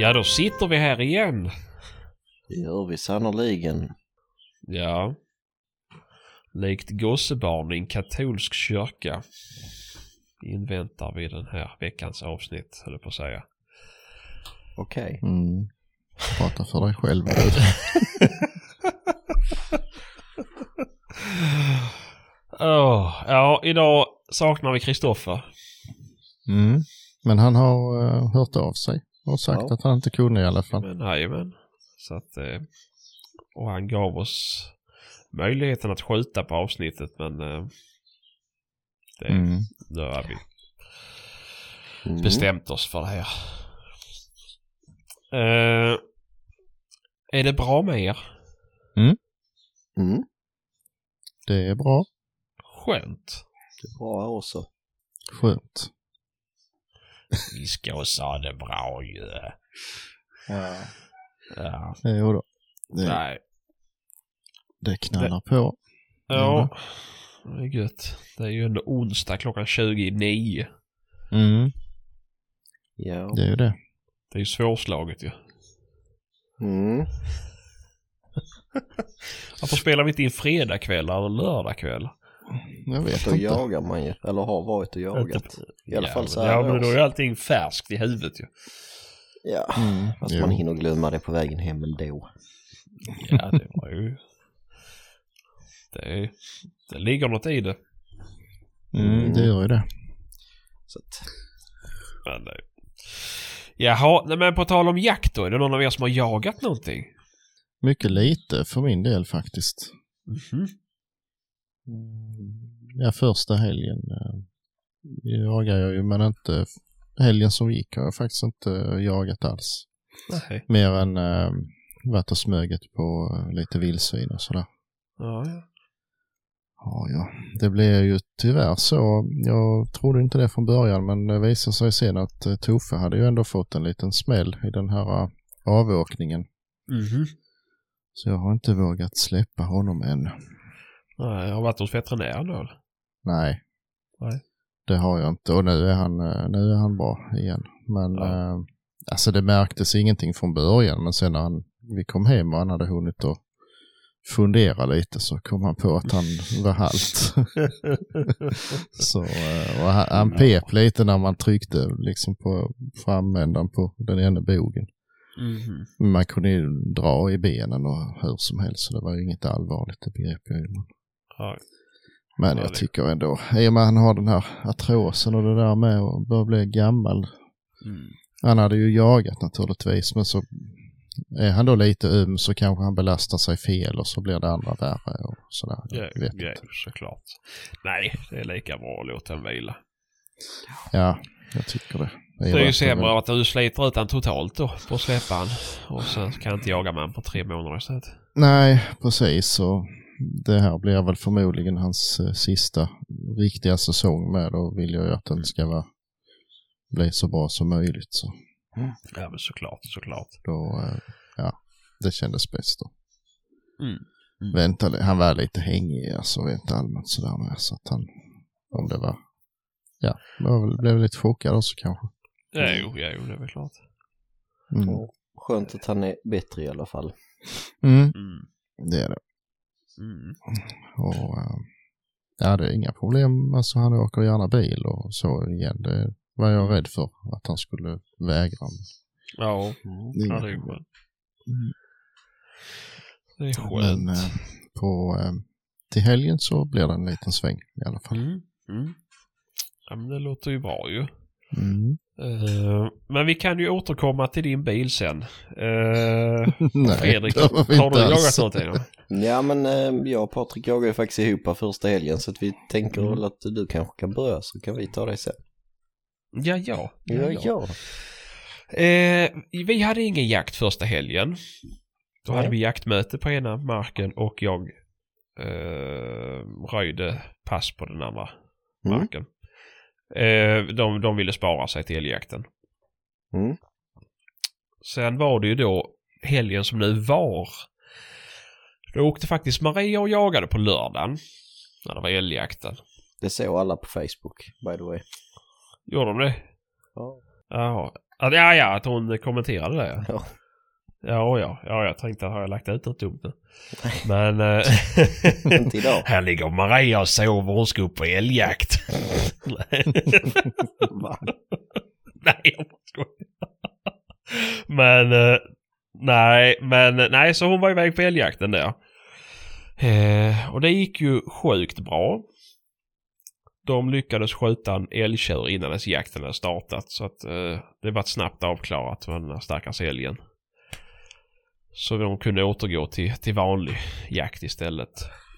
Ja, då sitter vi här igen. Det gör vi sannoliken. Ja. Likt gossebarn i en katolsk kyrka inväntar vi den här veckans avsnitt, höll jag på att säga. Okej. Prata för dig själv. Ja, idag saknar vi Kristoffer. Men han har hört av sig och sagt att han inte kunde i alla fall. Men. Så att, och han gav oss möjligheten att skjuta på avsnittet, men då har vi bestämt oss för det här. Är det bra med er? Det är bra. Skönt. Det är bra också. Skönt. Vi ska också ha det bra ju. Ja. Jo då. Nej. Det knallar på. Ja. Det är gött. Det är ju ändå onsdag klockan 29. Ja. Det är ju det. Det är ju svårslaget ju. Varför spelar vi inte in fredagkväll eller lördagkväll? Jag vet då inte. jagar man ju. Eller har varit och jagat. I alla fall så här. Ja, men då är allting färskt i huvudet ju. Ja, fast man hinner glömma det på vägen hem ändå. Ja, det var ju... Det ligger något i det. Det gör ju det. Så att... Men det... Jaha, men på tal om jakt då. Är det någon av er som har jagat någonting? Mycket lite för min del faktiskt. Ja, första helgen jagar jag ju, men inte helgen som gick har jag faktiskt inte jagat alls. Nej. Mer än varit och smöget på lite vildsvin och sådär. Ja. Det blev ju tyvärr så. Jag trodde inte det från början, men det visade sig sen att Toffe hade ju ändå fått en liten smäll i den här avåkningen. Så jag har inte vågat släppa honom än. Nej, jag har varit hos veterinären då. Nej. Det har jag inte. Och nu är han bra igen. Men alltså det märktes ingenting från början. Men sen när vi kom hem och han hade hunnit att fundera lite, så kom han på att han var halt. Så, och han pep lite när man tryckte liksom på framändan på den ena bogen. Man kunde ju dra i benen och hur som helst, så det var ju inget allvarligt, det begrep jag ju. Men jag tycker ändå, i och med han har den här artrosen och det där med och börjar bli gammal. Han hade ju jagat naturligtvis, men så är han då lite så kanske han belastar sig fel och så blir det andra värre och sådär. Ja, såklart. Nej, det är lika bra att låta den vila. Ja, jag tycker det. Det är ju sämre att du sliter ut han totalt då på släppan och sen kan inte jaga man på 3 månader istället. Nej, precis. Så det här blir väl förmodligen hans sista riktiga säsong med, och vill jag ju att den ska bli så bra som möjligt. Så. Ja, men såklart. Då, det kändes bäst då. Han var lite hängig, alltså rent allmänt sådär med, så att han, om det var, blev lite chockad också kanske. Jo, det är väl klart. Skönt att han är bättre i alla fall. Det är det. Och det är inga problem, alltså han åker gärna bil och så igen. Det var jag rädd för att han skulle vägra. Ja, det är ju skönt. Det är skönt. Men till helgen så blir det en liten sväng i alla fall. Ja, men det låter ju bra ju. Men vi kan ju återkomma till din bil sen. Nej, Fredrik, har du jagat någonting då? Ja, men jag och Patrik jagar ju faktiskt ihop första helgen, så att vi tänker väl att du kanske kan börja, så kan vi ta dig sen. Ja. Vi hade ingen jakt första helgen. Då hade vi jaktmöte på ena marken och jag röjde pass på den andra marken. De ville spara sig till älgjakten. Sen var det ju då helgen som nu var. Då åkte faktiskt Maria och jagade på lördagen när det var älgjakten. Det såg alla på Facebook, by the way. Gjorde de det? Ja. Ja. Att hon kommenterade det. Ja, jag tänkte att har jag lagt ut något dumt nu. Men Inte idag. här ligger Maria och sover, hon ska upp på älgjakt. Nej, jag skojar. Nej, så hon var iväg på älgjakten där. Och det gick ju sjukt bra. De lyckades skjuta en älgtjur innan ens jakten hade startat. Så att det var snabbt avklarat med den här stackars älgen. Så de kunde återgå till vanlig jakt istället.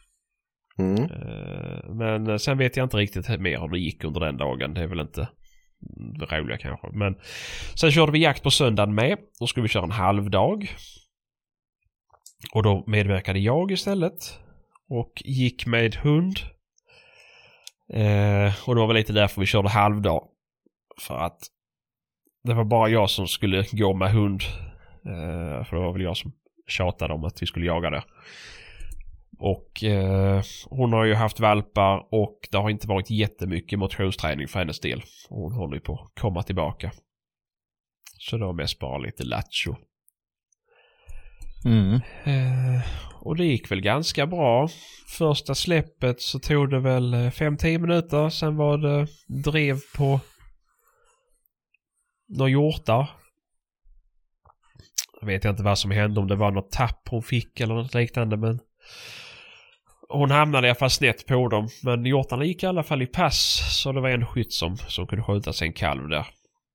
Men sen vet jag inte riktigt mer hur det gick under den dagen. Det är väl inte roliga kanske. Men sen körde vi jakt på söndagen med. Då skulle vi köra en halvdag. Och då medverkade jag istället. Och gick med hund. Och det var väl lite därför vi körde halvdag. För att det var bara jag som skulle gå med hund. För det var väl jag som tjatade om att vi skulle jaga det. Och hon har ju haft valpar och det har inte varit jättemycket motionsträning för hennes del. Hon håller ju på att komma tillbaka. Så det var mest bara lite lattjo. Och det gick väl ganska bra. Första släppet så tog det väl 5-10 minuter. Sen var det drev på några hjortar. Jag vet inte vad som hände, om det var något tapp hon fick eller något liknande, men hon hamnade i alla fall snett på dem. Men hjortarna gick i alla fall i pass, så det var en skytt som kunde skjuta sig en kalv där.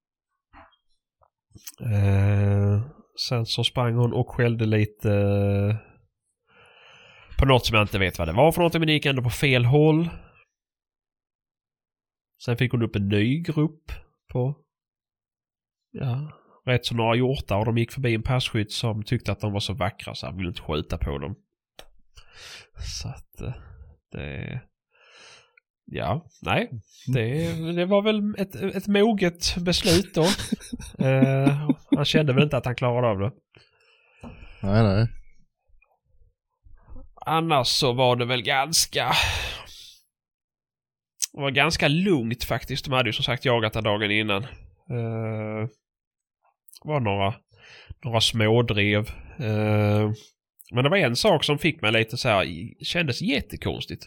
Sen så sprang hon och skällde lite på något som jag inte vet vad det var för något, men det gick ändå på fel håll. Sen fick hon upp en ny grupp på rätt så några hjortar, och de gick förbi en passkytt som tyckte att de var så vackra så han ville inte skjuta på dem. Så att det var väl ett moget beslut då. Han kände väl inte att han klarade av det. Nej. Annars så var det väl ganska lugnt faktiskt. De hade ju som sagt jagat den dagen innan. Det var några smådrev. Men det var en sak som fick mig lite så här, kändes jättekonstigt.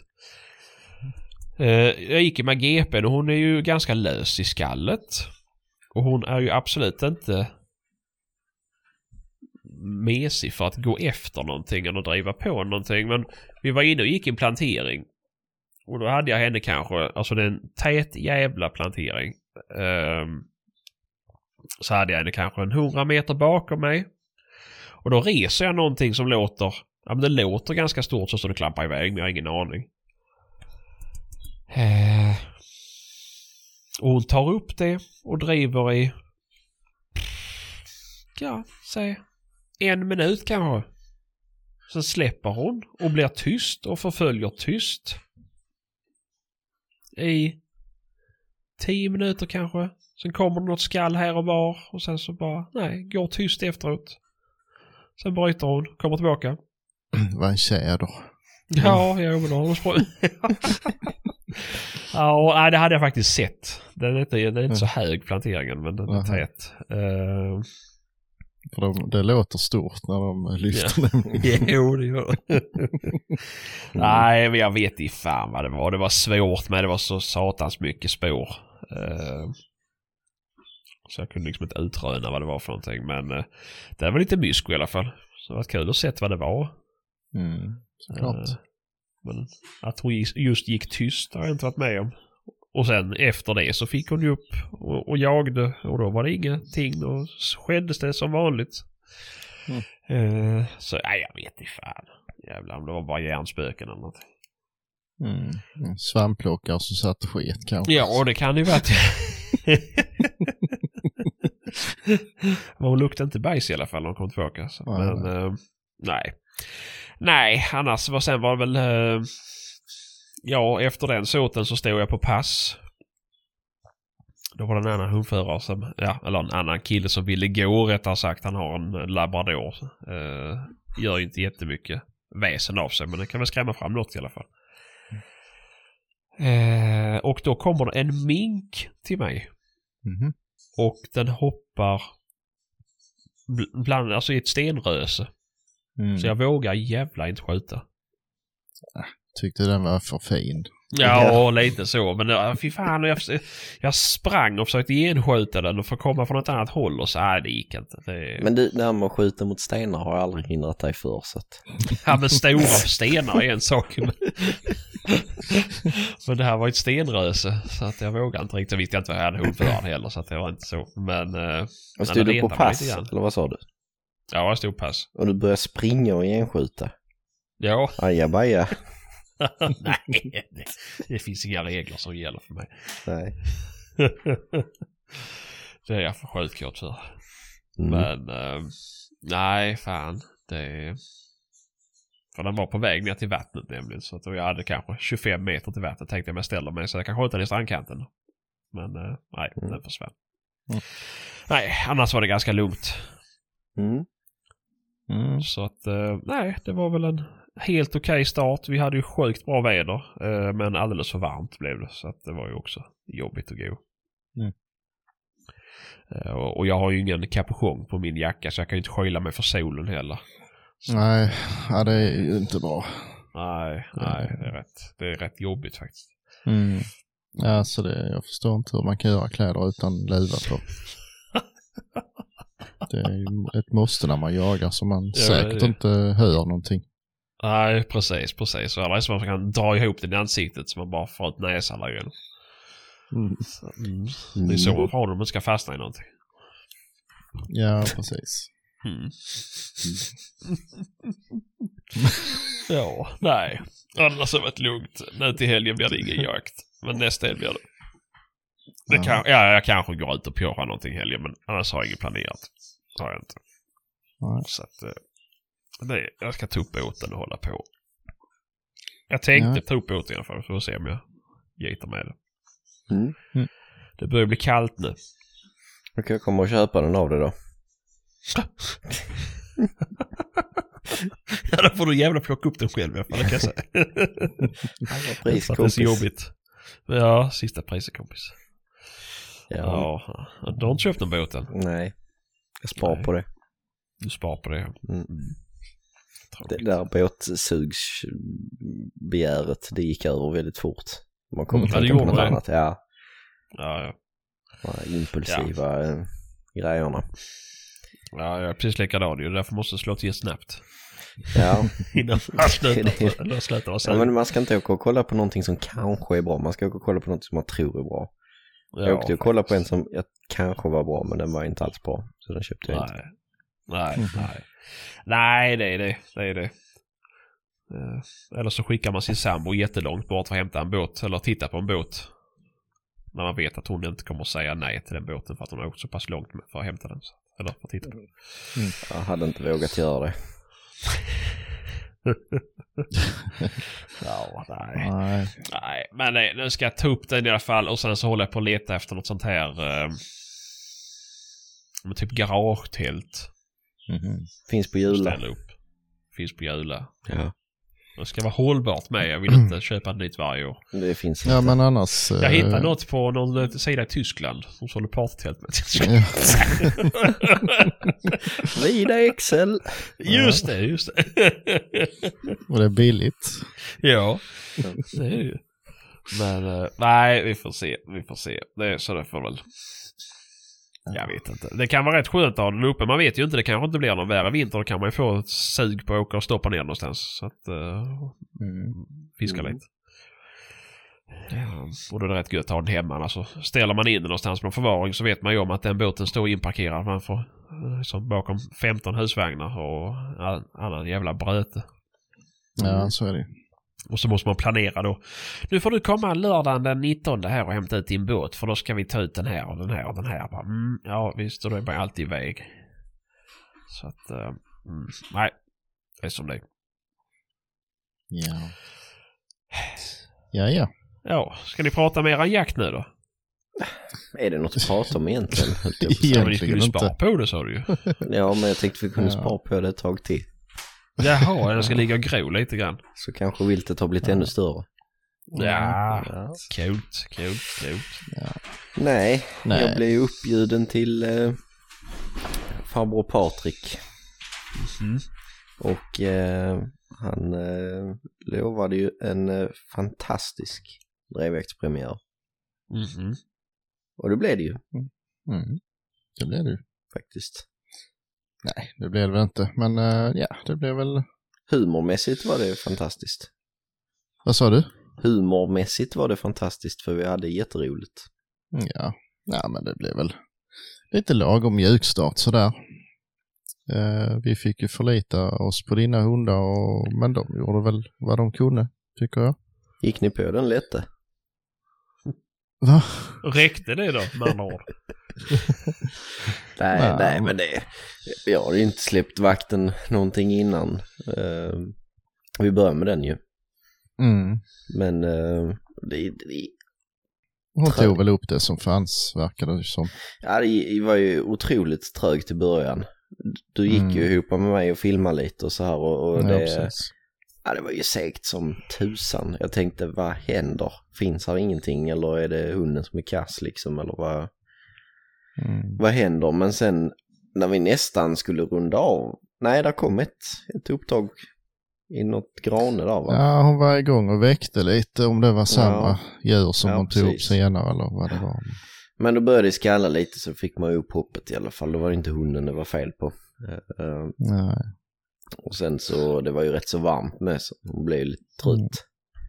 Jag gick med GP:n och hon är ju ganska lös i skallet. Och hon är ju absolut inte mesig för att gå efter någonting eller driva på någonting. Men vi var inne och gick i en plantering. Och då hade jag henne kanske, alltså det är en tät jävla plantering. Så hade jag henne kanske 100 meter bakom mig. Och då reser jag någonting som låter, ja men det låter ganska stort, så det klampar iväg, men jag har ingen aning. Och hon tar upp det och driver i säg 1 minut kanske. Sen släpper hon och blir tyst och förföljer tyst i 10 minuter kanske. Sen kommer det något skall här och var, och sen så bara går tyst efteråt. Sen bryter hon, kommer tillbaka. Vad en tjäder. Ja, men då har hon sprungit. Ja, det hade jag faktiskt sett. Den är inte så hög planteringen, men den är tät. För det låter stort när de lyfter den. Jo, det gör det. Nej, men jag vet inte fan vad det var. Det var svårt, men det var så satans mycket spår. Så jag kunde liksom inte utröna vad det var för någonting. Men det var lite mysko i alla fall. Så det var kul att se vad det var. Såklart. Men att hon just gick tyst har jag inte varit med om. Och sen efter det så fick hon ju upp och jagde. Och då var det ingenting. Och skedde det som vanligt. Så jag vet inte fan. Jävlar, om det var bara hjärnspöken eller något. Svampplockare som satt och sket kanske. Ja, och det kan ju vara att men hon luktade inte bajs i alla fall när hon kom tillbaka. Så. Men nej, annars sen var det väl efter den såten så stod jag på pass. Då var det en annan hundförare eller en annan kille som ville gå, rättare sagt. Han har en labrador. Gör ju inte jättemycket väsen av sig, men det kan väl skrämma fram något i alla fall. Och då kommer det en mink till mig. Och den hoppar bland, alltså i ett stenröse. Så jag vågar jävla inte skjuta. Tyckte den var för fin. Ja, lite så. Men fy fan, jag sprang och försökte genskjuta den och få komma från ett annat håll och så det gick inte. Men det här med att skjuta mot stenar har jag aldrig hindrat dig för. Så att... Ja, men stora stenar är en sak. Men det här var ett stenröse så att jag vågade inte riktigt. Jag visste inte vad jag hade hund för heller så att det var inte så. Men stod du på pass eller vad sa du? Ja, jag stod pass. Och du började springa och genskjuta? Ja. Ajabaja. Nej, det finns inga regler som gäller för mig. Nej. Det är jag för sjukkort för. Men nej, fan. För den var på väg ner till vattnet nämligen. Så att jag hade kanske 25 meter till vattnet. Tänkte jag ställer mig så jag kan skjuta den i strandkanten. Men nej, den försvann. Nej, annars var det ganska lugnt. Så att nej, det var väl en helt okej start. Vi hade ju sjukt bra väder, men alldeles för varmt blev det. Så att det var ju också jobbigt att gå. Och jag har ju ingen kapuschong på min jacka så jag kan ju inte skylla mig för solen heller. Så. Nej, ja, det är ju inte bra. Nej, det är rätt jobbigt faktiskt. Ja, så jag förstår inte hur man kan göra kläder utan luva på. Det är ju ett måste när man jagar så man säkert inte hör någonting. Nej, precis. Så alla är som man kan dra ihop den i ansiktet så man bara får ut näsan igen. Det är så man får om man ska fastna i någonting. Ja, precis. Ja, nej. Annars har det varit lugnt. Nu till helgen blir det ingen jakt. Men nästa helg blir det. Jag kanske går ut och pjårar någonting helgen, men annars har jag inget planerat. Har jag inte. Så att jag ska ta upp båten och hålla på. Jag tänkte ta upp båten i alla fall för att se om jag gitar med det. Det börjar bli kallt nu. Okej, jag kommer och köpa den av dig då. Ja, då får du jävla plocka upp den själv i alla fall, kan jag säga. Priskompis. Det är så jobbigt. Ja, sista priset, kompis. Ja. Du har inte köpt den båten? Nej, jag spar på det. Du spar på det. Det där båtsugsbegäret, det gick över väldigt fort. Man kommer tänka på något annat. Ja. Impulsiva grejerna. Ja, jag är precis likadan. Det är därför måste slå till snabbt. Ja. Innan man slutar. Ja, men man ska inte åka och kolla på någonting som kanske är bra. Man ska åka och kolla på något som man tror är bra. Jag åkte och kolla på en som jag kanske var bra, men den var inte alls bra. Så den köpte jag inte. Nej, det är det. Eller så skickar man sin sambo jättelångt bort för att hämta en båt. Eller titta på en båt. När man vet att hon inte kommer att säga nej till den båten för att hon har åkt så pass långt för att hämta den. Eller för att titta på den. Jag hade inte vågat göra det. Nej, men nu ska jag ta upp den i alla fall. Och sen så håller jag på att leta efter något sånt här typ garagetält. Finns på Jula. Finns på Jula. Ja. Det ska vara hållbart med. Jag vill inte köpa ett nytt varje år. Det finns inte. Ja, men annars... Jag hittade något på någon sida i Tyskland som sålde partytält med. Vida Excel. Just det. Och det är billigt. Ja, det är det ju. Men nej, vi får se. Det är så det får väl... Jag vet inte. Det kan vara rätt skönt att ha den uppe. Man vet ju inte. Det kanske inte blir någon värre vinter. Då kan man ju få ett sug på att åka och stoppa ner någonstans. Så att fiska lite. Ja, och då är det rätt gött att ha den hemma. Alltså, ställer man in den någonstans med förvaring så vet man ju om att den båten står inparkerad. Man får liksom bakom 15 husvagnar och annan jävla bröte. Ja, så är det. Och så måste man planera då. Nu får du komma lördagen den 19 här och hämta ut din båt. För då ska vi ta ut den här och den här och den här. Ja visst, och då är man alltid iväg. Så att, nej. Det är som det. Ja. Ja, ska ni prata mer om jakt nu då? Är det något att prata om egentligen? Ja, men ni skulle spara på det, sa du ju. Ja, men jag tänkte vi kunde spara på det ett tag till. Jaha, den ska ligga och gro lite grann. Så kanske viltet har blivit ännu större. Ja. Coolt. Ja. Nej, jag blev uppbjuden till farbror Patrik. Och han lovade ju en fantastisk drevjaktspremiär. Och det blev det ju. Det blev det ju. Faktiskt. Nej, det blev det väl inte. Men det blev väl... Humormässigt var det fantastiskt. Vad sa du? Humormässigt var det fantastiskt för vi hade jätteroligt. Ja, men det blev väl lite lagom mjukstart sådär. Vi fick ju förlita oss på dina hundar, men de gjorde väl vad de kunde, tycker jag. Gick ni på den lätte? Va? Räckte det då, med andra ord? Nej, men jag har ju inte släppt vakten någonting innan. Vi börjar med den ju. Men hon tog väl upp det som fanns, verkade det som. Ja, det var ju otroligt trögt i början. Du gick ju ihop med mig och filmade lite och så här. Och det var ju segt som tusan. Jag tänkte, vad händer? Finns här ingenting? Eller är det hunden som är kass liksom? Eller vad händer? Men sen när vi nästan skulle runda av. Nej, där kom ett upptag i något grane där, va? Ja, hon var igång och väckte lite om det var samma djur som hon tog upp senare eller vad det var. Men då började det skalla lite, så fick man upp hoppet i alla fall. Då var det inte hunden det var fel på. Nej. Och sen så, det var ju rätt så varmt med, så hon blev lite trött.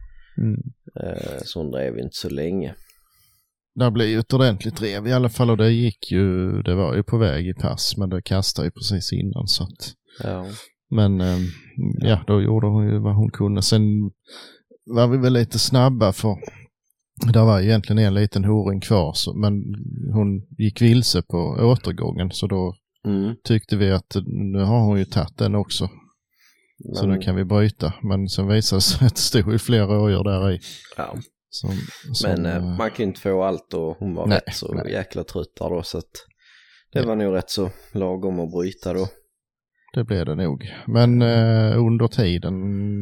Så hon drev inte så länge. Det blev ju ett ordentligt drev i alla fall, och det var ju på väg i pass, men det kastade ju precis innan så att... Ja. Men då gjorde hon ju vad hon kunde. Sen var vi väl lite snabba, för det var egentligen en liten horing kvar, men hon gick vilse på återgången, så då tyckte vi att nu har hon ju tagit den också. Så nu kan vi bryta. Men sen visade det sig att det stod ju flera rådjur där i. Ja. Men man kan inte få allt, och hon var rätt så jäkla trött där då, så att det var nog rätt så lagom att bryta då. Det blev det nog. Men under tiden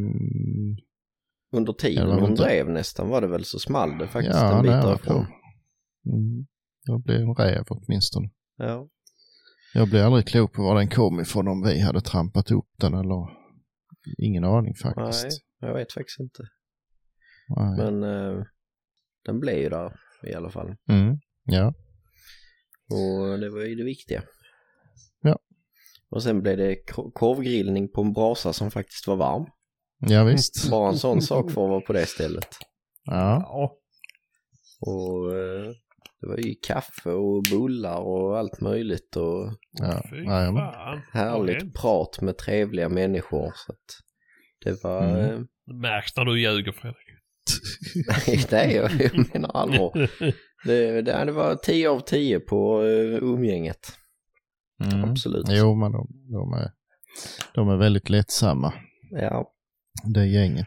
hon drev nästan var det väl, så small det faktiskt en bit därifrån. Jag blev en räv åtminstone. Ja. Jag blev aldrig klok på var den kom ifrån, om vi hade trampat upp den eller ingen aning faktiskt. Nej, jag vet faktiskt inte. Nej. Men den blev ju där i alla fall. Ja. Och det var ju det viktiga. Ja. Och sen blev det korvgrillning på en brasa som faktiskt var varm. Ja, visst. Bara en sån sak för att vara på det stället. Ja. Och det var ju kaffe och bullar och allt möjligt. Och härligt prat med trevliga människor. Så att det var... Märks när du ljuger, Fredrik. Nej, det är jag menar allvar. Det var 10 av 10 på umgänget. Absolut. Jo, men de är väldigt lättsamma. Ja. Det gänget.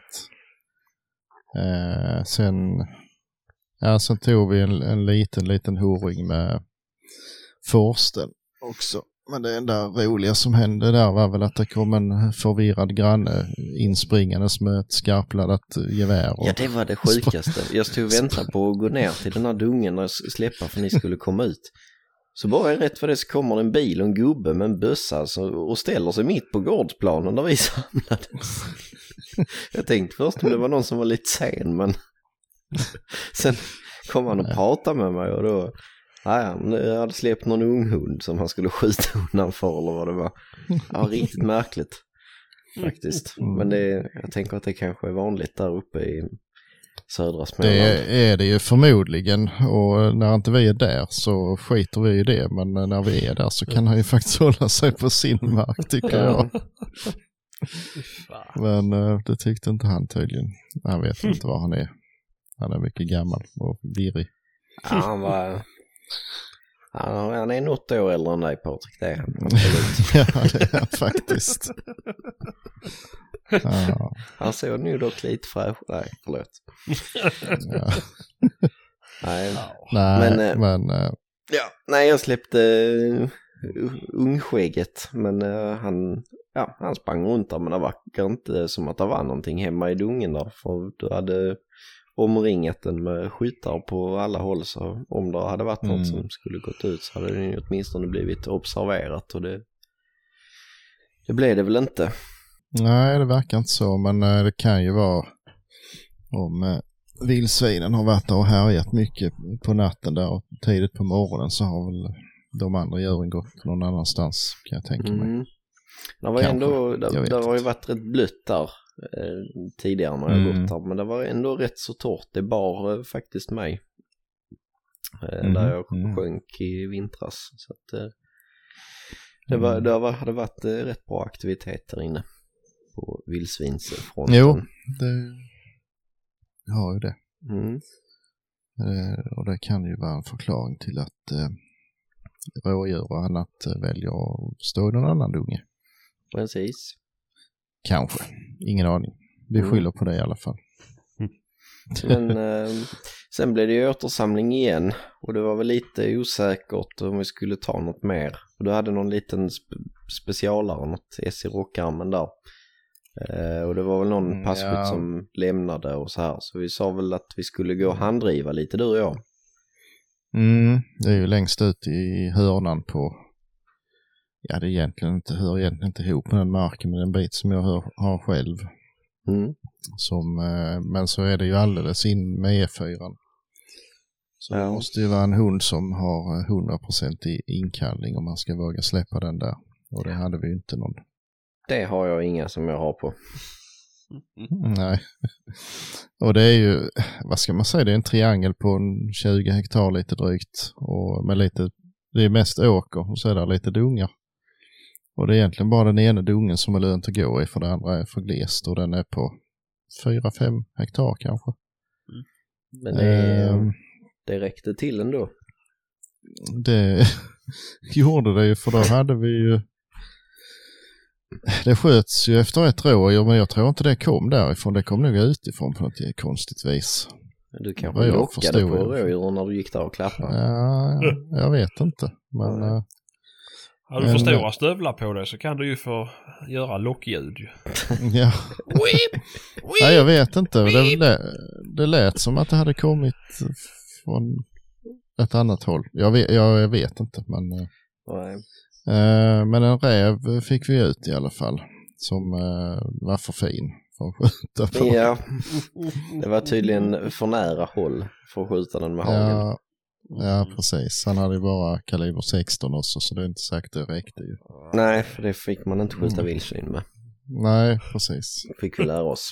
Sen tog vi en liten horing med Forsten också. Men det enda roliga som hände där var väl att det kom en förvirrad granne inspringandes med ett skarpladdat gevär. Ja, det var det sjukaste. Jag stod och väntade på att gå ner till den här dungen och släppa för ni skulle komma ut. Så bara rätt för det så kommer en bil och en gubbe med en bössa och ställer sig mitt på gårdsplanen där vi samlades. Jag tänkte först om det var någon som var lite sen, men sen kom han och pratade med mig och då jag hade släppt någon ung hund som han skulle skjuta undan för eller vad det var. Ja, riktigt märkligt faktiskt. Men jag tänker att det kanske är vanligt där uppe i södra Småland. Det är det ju förmodligen, och när inte vi är där så skiter vi i det, men när vi är där så kan han ju faktiskt hålla sig på sin mark, tycker jag. Men det tyckte inte han tydligen. Han vet inte var han är. Han är mycket gammal och virrig. Ja, han är något år äldre än dig, Patrik. Det är han. Ja, det är han faktiskt. Ja. Han såg nu dock lite fräsch. Nej, förlåt. Ja. Nej, jag släppte ungskägget, men han sprang runt där, men det verkar inte som att det var någonting hemma i dungen där, för du hade omringat den med skyttar på alla håll, så om det hade varit något som skulle gått ut så hade det åtminstone blivit observerat, och det blev det väl inte. Nej, det verkar inte så, men det kan ju vara om vildsvinen har varit där och härjat mycket på natten där och tidigt på morgonen, så har väl de andra djuren gått någon annanstans, kan jag tänka mig. Det var ändå, det har ju varit rätt blött där tidigare när jag gått här, men det var ändå rätt så torrt. Det bar faktiskt mig där jag sjönk i vintras, så att det hade varit rätt bra aktiviteter inne på vildsvinsfronten. Jo, det har ju det. Och det kan ju vara en förklaring till att rådjur och annat väljer att stå i någon annan dunge. Precis. Kanske, ingen aning. Vi skyller på det i alla fall. Men sen blev det ju återsamling igen, och det var väl lite osäkert om vi skulle ta något mer. Och du hade någon liten specialare, något S i rockarmen där. Och det var väl någon passkytt som lämnade och så här. Så vi sa väl att vi skulle gå och handdriva lite, du och jag. Det är ju längst ut i hörnan på, ja, det hör egentligen inte ihop med den marken, men en bit som jag har själv. Men så är det ju alldeles in med E4. Så det måste ju vara en hund som har 100% i inkallning om man ska våga släppa den där. Och det hade vi ju inte någon. Det har jag inga som jag har på. Nej. Och det är ju, vad ska man säga, det är en triangel på en 20 hektar lite drygt. Och med lite, det är mest åker och så är det lite dungar. Och det är egentligen bara den ena dungen som är lönt att gå i, för det andra är för glest, och den är på 4-5 hektar kanske. Men det räckte till ändå. Det gjorde det ju, för då hade vi ju, det sköts ju efter ett rådjur, men jag tror inte det kom därifrån, det kom nog utifrån på något konstigt vis. Du kanske lockade på rådjur när du gick där och klappade. Ja, jag vet inte, men har du för stora stövlar på dig så kan du ju få göra lockljud. Ja. Nej, jag vet inte. Det lät som att det hade kommit från ett annat håll. Jag vet inte, men men en räv fick vi ut i alla fall, som var för fin för att skjuta på. Ja, det var tydligen för nära håll för att skjuta den med hageln. Ja, precis. Han hade ju bara kaliber 16 också, så det är inte sagt det räckte ju. Nej, för det fick man inte skjuta vildsvin med. Nej, precis. Fick vi lära oss.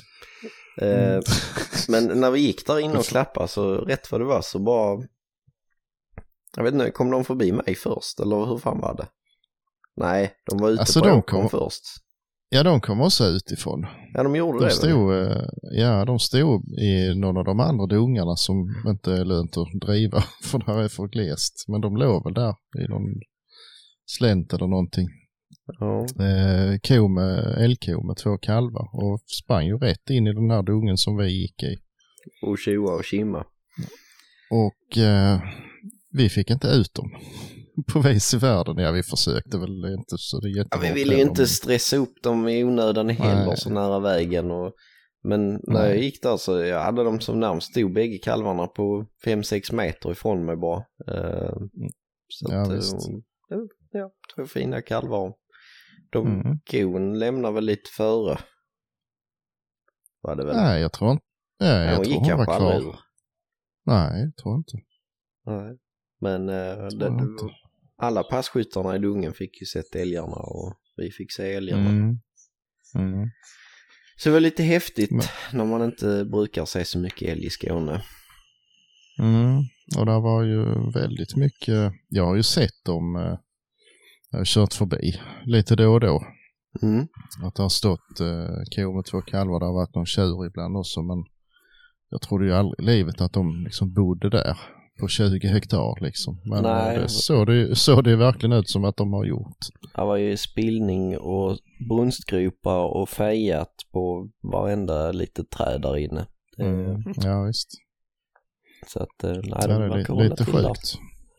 Men när vi gick där inne och klappade, så rätt vad det var så bara, jag vet inte, kom de förbi mig först eller hur fan var det? Nej, de var ute på åkern först. Ja, de kom också utifrån. Ja, de gjorde det. De stod i någon av de andra dungarna som inte är lönt att driva, för det här är för glest. Men de låg väl där i någon slänt eller någonting. Ja. Älgko med 2 kalvar, och sprang ju rätt in i den här dungen som vi gick i. Och tjoa och kimma. Och vi fick inte ut dem. På vis i världen, ja, vi försökte väl inte, så det är jättebra. Vi ville ju inte stressa upp dem i onödan heller så nära vägen. Men när jag gick där så jag hade dem som närmast, stod bägge kalvarna på 5-6 meter ifrån mig bara. Så två fina kalvar. Kon lämnar väl lite före. Var det väl? Nej, jag tror inte. Jag tror hon var kvar. Nej, jag tror inte. Nej. Men alla passkyttarna i dungen fick ju sett älgarna, och vi fick se älgarna. Så det var lite häftigt när man inte brukar se så mycket älg i Skåne. Och det var ju väldigt mycket, jag har ju sett dem, jag har kört förbi lite då och då. Att det har stått ko med 2 kalvar, det har varit någon tjur ibland också, men jag trodde ju aldrig i livet att de liksom bodde där på 20 hektar liksom. Men det såg det verkligen ut som att de har gjort. Det var ju spillning och brunstgropar och fejat på varenda litet träd där inne. Ja, visst. Så att det är lite sjukt.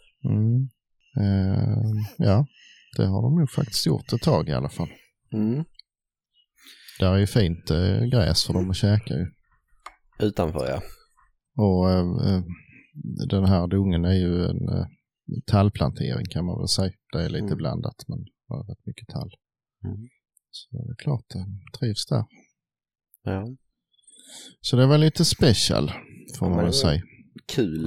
Ja, det har de ju faktiskt gjort ett tag i alla fall. Där är ju fint gräs för dem att käka ju. Utanför, ja. Och den här dungen är ju en tallplantering kan man väl säga. Det är lite blandat men det är rätt mycket tall. Så det är klart det trivs där. Ja. Så det var lite special får man väl säga. Kul.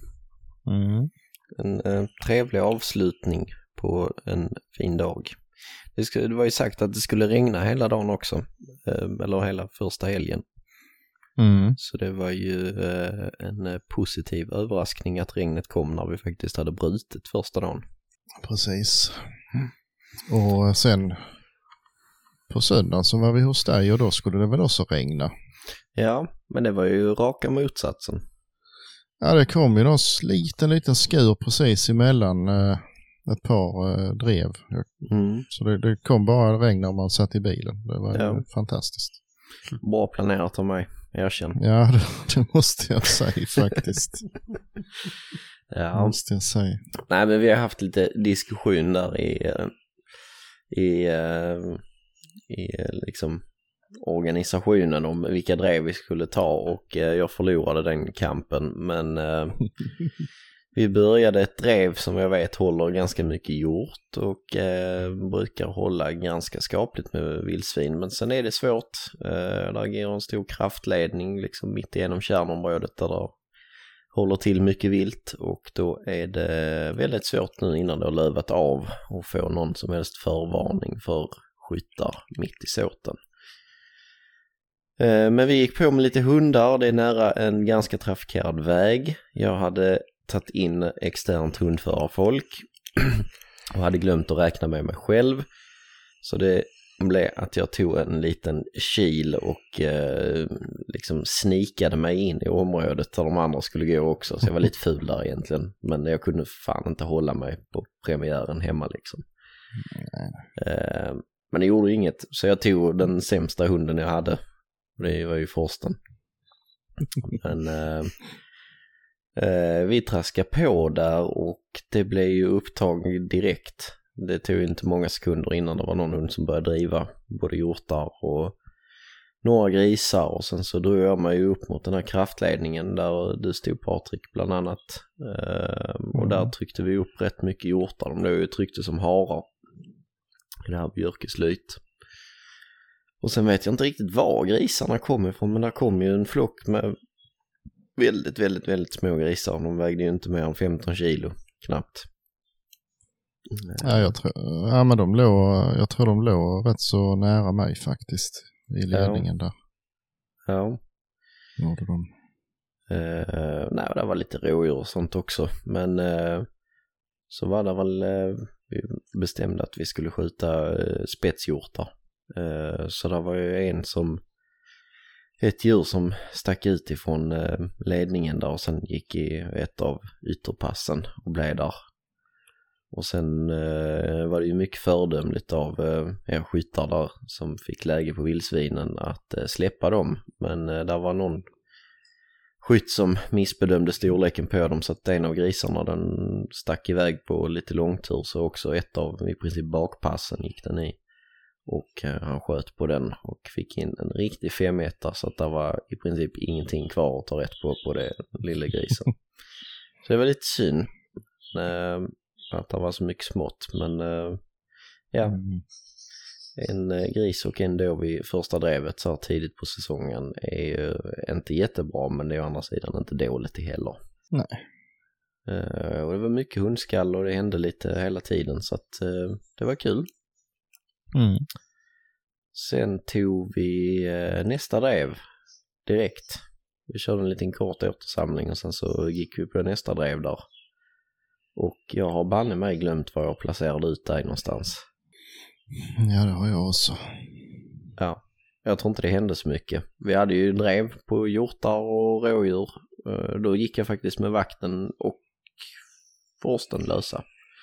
En trevlig avslutning på en fin dag. Det var ju sagt att det skulle regna hela dagen också. Eller hela första helgen. Så det var ju en positiv överraskning att regnet kom när vi faktiskt hade brutit första dagen. Precis. Och sen på söndagen så var vi hos dig och då skulle det väl också regna. Ja, men det var ju raka motsatsen. Ja, det kom ju någon liten skur precis emellan ett par drev. Så det kom bara regn när man satt i bilen. Det var fantastiskt. Bra planerat av mig, erkänn. Ja, det måste jag säga faktiskt. Ja. Måste jag säga. Nej, men vi har haft lite diskussion där i liksom organisationen om vilka drev vi skulle ta och jag förlorade den kampen, men vi började ett drev som jag vet håller ganska mycket hjort och brukar hålla ganska skapligt med vildsvin, men sen är det svårt. Där går en stor kraftledning liksom mitt igenom kärnområdet där det håller till mycket vilt och då är det väldigt svårt nu innan det har lövat av och få någon som helst förvarning för skyttar mitt i såten. Men vi gick på med lite hundar, det är nära en ganska trafikerad väg. Jag hade tagit in externt hundförarfolk och hade glömt att räkna med mig själv. Så det blev att jag tog en liten kil och liksom snikade mig in i området där de andra skulle gå också. Så jag var lite ful där egentligen, men jag kunde fan inte hålla mig på premiären hemma liksom. Men det gjorde inget, så jag tog den sämsta hunden jag hade. Det var ju Forsten. Men vi traskade på där och det blev ju upptag direkt. Det tog inte många sekunder innan det var någon hund som började driva både hjortar och några grisar. Och sen så drog jag mig upp mot den här kraftledningen där du stod, Patrik, bland annat. Och där tryckte vi upp rätt mycket hjortar. De blev ju tryckte som harar i det här björkeslyt. Och sen vet jag inte riktigt var grisarna kom ifrån, men där kom ju en flock med väldigt små grisar. De vägde ju inte mer än 15 kilo, knappt. Ja, jag tror de låg rätt så nära mig faktiskt i ledningen där. Ja. Gjorde de. Nej, det var lite rådjur och sånt också, men så var det väl vi bestämde att vi skulle skjuta spetshjortar. Så det var ju ett djur som stack ut ifrån ledningen där och sen gick i ett av ytterpassen och blev där. Och sen var det ju mycket fördömligt av skyttar där som fick läge på vildsvinen att släppa dem. Men där var någon skytt som missbedömde storleken på dem så att en av grisarna den stack iväg på lite långtur, så också ett av i princip bakpassen gick den i. Och han sköt på den och fick in en riktig 5-meter så att det var i princip ingenting kvar att ta rätt på det lilla grisen. Så det var lite synd att det var så mycket smått, men ja, en gris och en då vid första drevet så här tidigt på säsongen är ju inte jättebra, men det är å andra sidan inte dåligt heller. Nej. Och det var mycket hundskall och det hände lite hela tiden, så att det var kul. Sen tog vi nästa drev direkt. Vi körde en liten kort återsamling och sen så gick vi på nästa drev där. Och jag har banne mig glömt var jag placerade ut dig någonstans. Ja, det har jag också. Ja, jag tror inte det hände så mycket. Vi hade ju drev på hjortar och rådjur. Då gick jag faktiskt med vakten och Forsten lösa.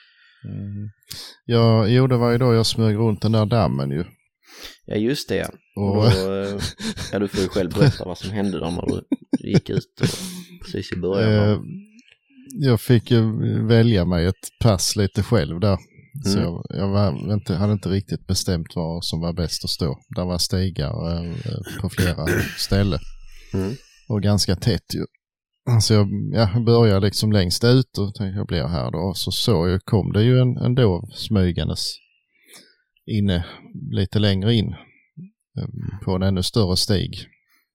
Ja, jo, det var ju då jag smög runt den där dammen ju. Ja, just det. Och då, ja, du får ju själv berätta vad som hände där när du gick ut och precis i början. Jag fick ju välja mig ett pass lite själv där. Så jag hade inte riktigt bestämt vad som var bäst att stå. Där var stigar på flera ställen. Och ganska tätt ju. Alltså jag började liksom längst ut och tänkte jag blir här då. Och så kom det ju en dov smygandes inne lite längre in på en ännu större stig.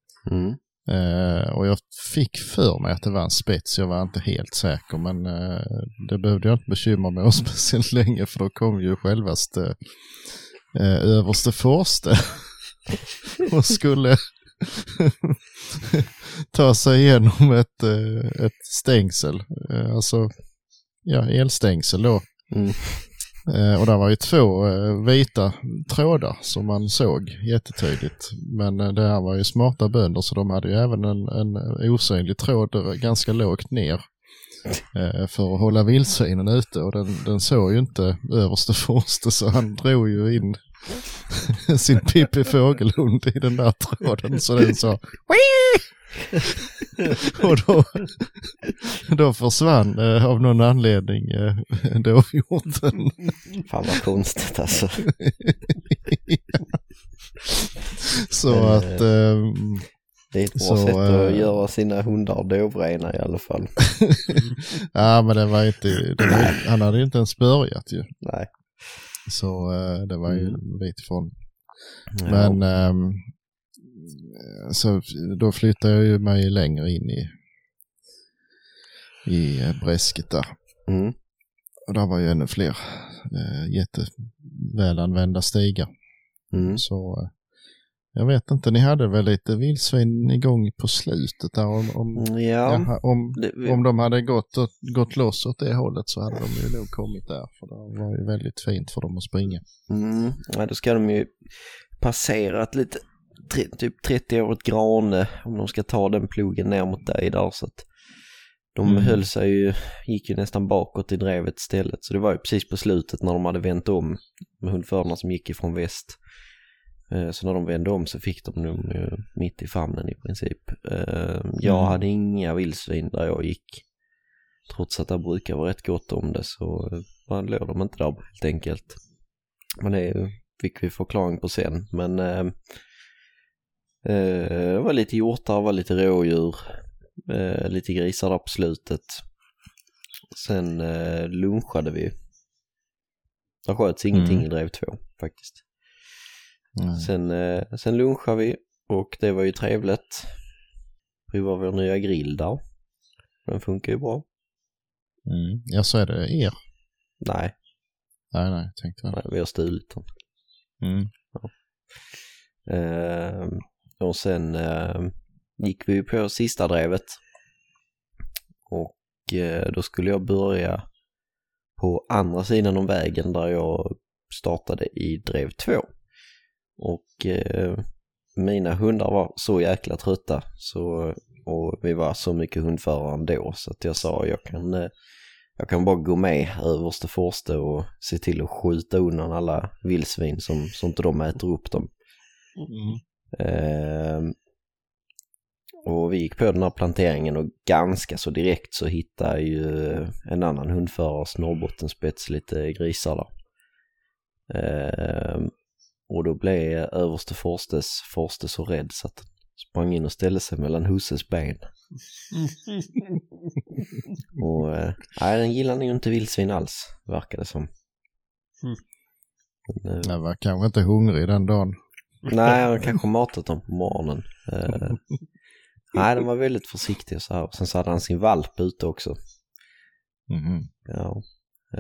Och jag fick för mig att det var en spets. Jag var inte helt säker, men det behövde jag inte bekymra mig om speciellt länge, för då kom ju självaste överste Forste och skulle ta sig igenom ett stängsel, alltså elstängsel då. Och där var ju 2 vita trådar som man såg jättetydligt, men det här var ju smarta bönder, så de hade ju även en osynlig tråd ganska lågt ner för att hålla vildsvinen ute, och den såg ju inte överste Forste, så han drog ju in sin Pippi Fågelhund i den där tråden, så den sa och då försvann av någon anledning dovhjorten. Fan vad konstigt alltså. Så att det är ett bra sätt att göra sina hundar dovrena i alla fall. Ja, men det var inte han hade inte ens börjat ju. Nej. Så det var ju en bit ifrån. Ja. Men så då flyttade jag ju mig längre in i bräsket där. Och där var ju ännu fler jättevälanvända stigar. Så jag vet inte, ni hade väl lite vildsvin igång på slutet där, om de hade gått loss åt det hållet, så hade de ju nog kommit där, för det var ju väldigt fint för dem att springa. Ja, då ska de ju passerat lite typ 30-årigt Grane om de ska ta den plogen ner mot dig där, så att de höll sig ju, gick ju nästan bakåt i drevet istället, så det var ju precis på slutet när de hade vänt om med hundförarna som gick ifrån väst. Så när de vände om så fick de nog mitt i famnen i princip. Jag hade inga vildsvin där jag gick, trots att det brukar vara rätt gott om det, så man låg de inte där helt enkelt. Men det fick vi förklaring på sen. Men det var lite hjortar, var lite rådjur, lite grisar där på slutet. Sen lunchade vi. Det sköts ingenting i drev 2 faktiskt. Sen lunchade vi, och det var ju trevligt. Vi var vår nya grill där. Den funkar ju bra. Ja, så är det er. Nej, tänkte jag. Nej, vi har stulit den. Ja. Och sen gick vi på sista drevet. Och då skulle jag börja på andra sidan om vägen där jag startade i drev 2. Och mina hundar var så jäkla trötta, och vi var så mycket hundförare ändå, så att jag sa jag kan bara gå med överste Forste och se till att skjuta undan alla vildsvin så inte de äter upp dem. Och vi gick på den här planteringen, och ganska så direkt så hittade ju en annan hundförares Norrbottenspets lite grisar där. Och då blev överste Forste så rädd så att han sprang in och ställde sig mellan husses ben. Och nej, den gillade ju inte vildsvin alls, verkar det som. Jag var kanske inte hungrig den dagen. Nej, han kanske matat dem på morgonen. Nej, den var väldigt försiktig så här. Sen så hade han sin valp ute också. Ja.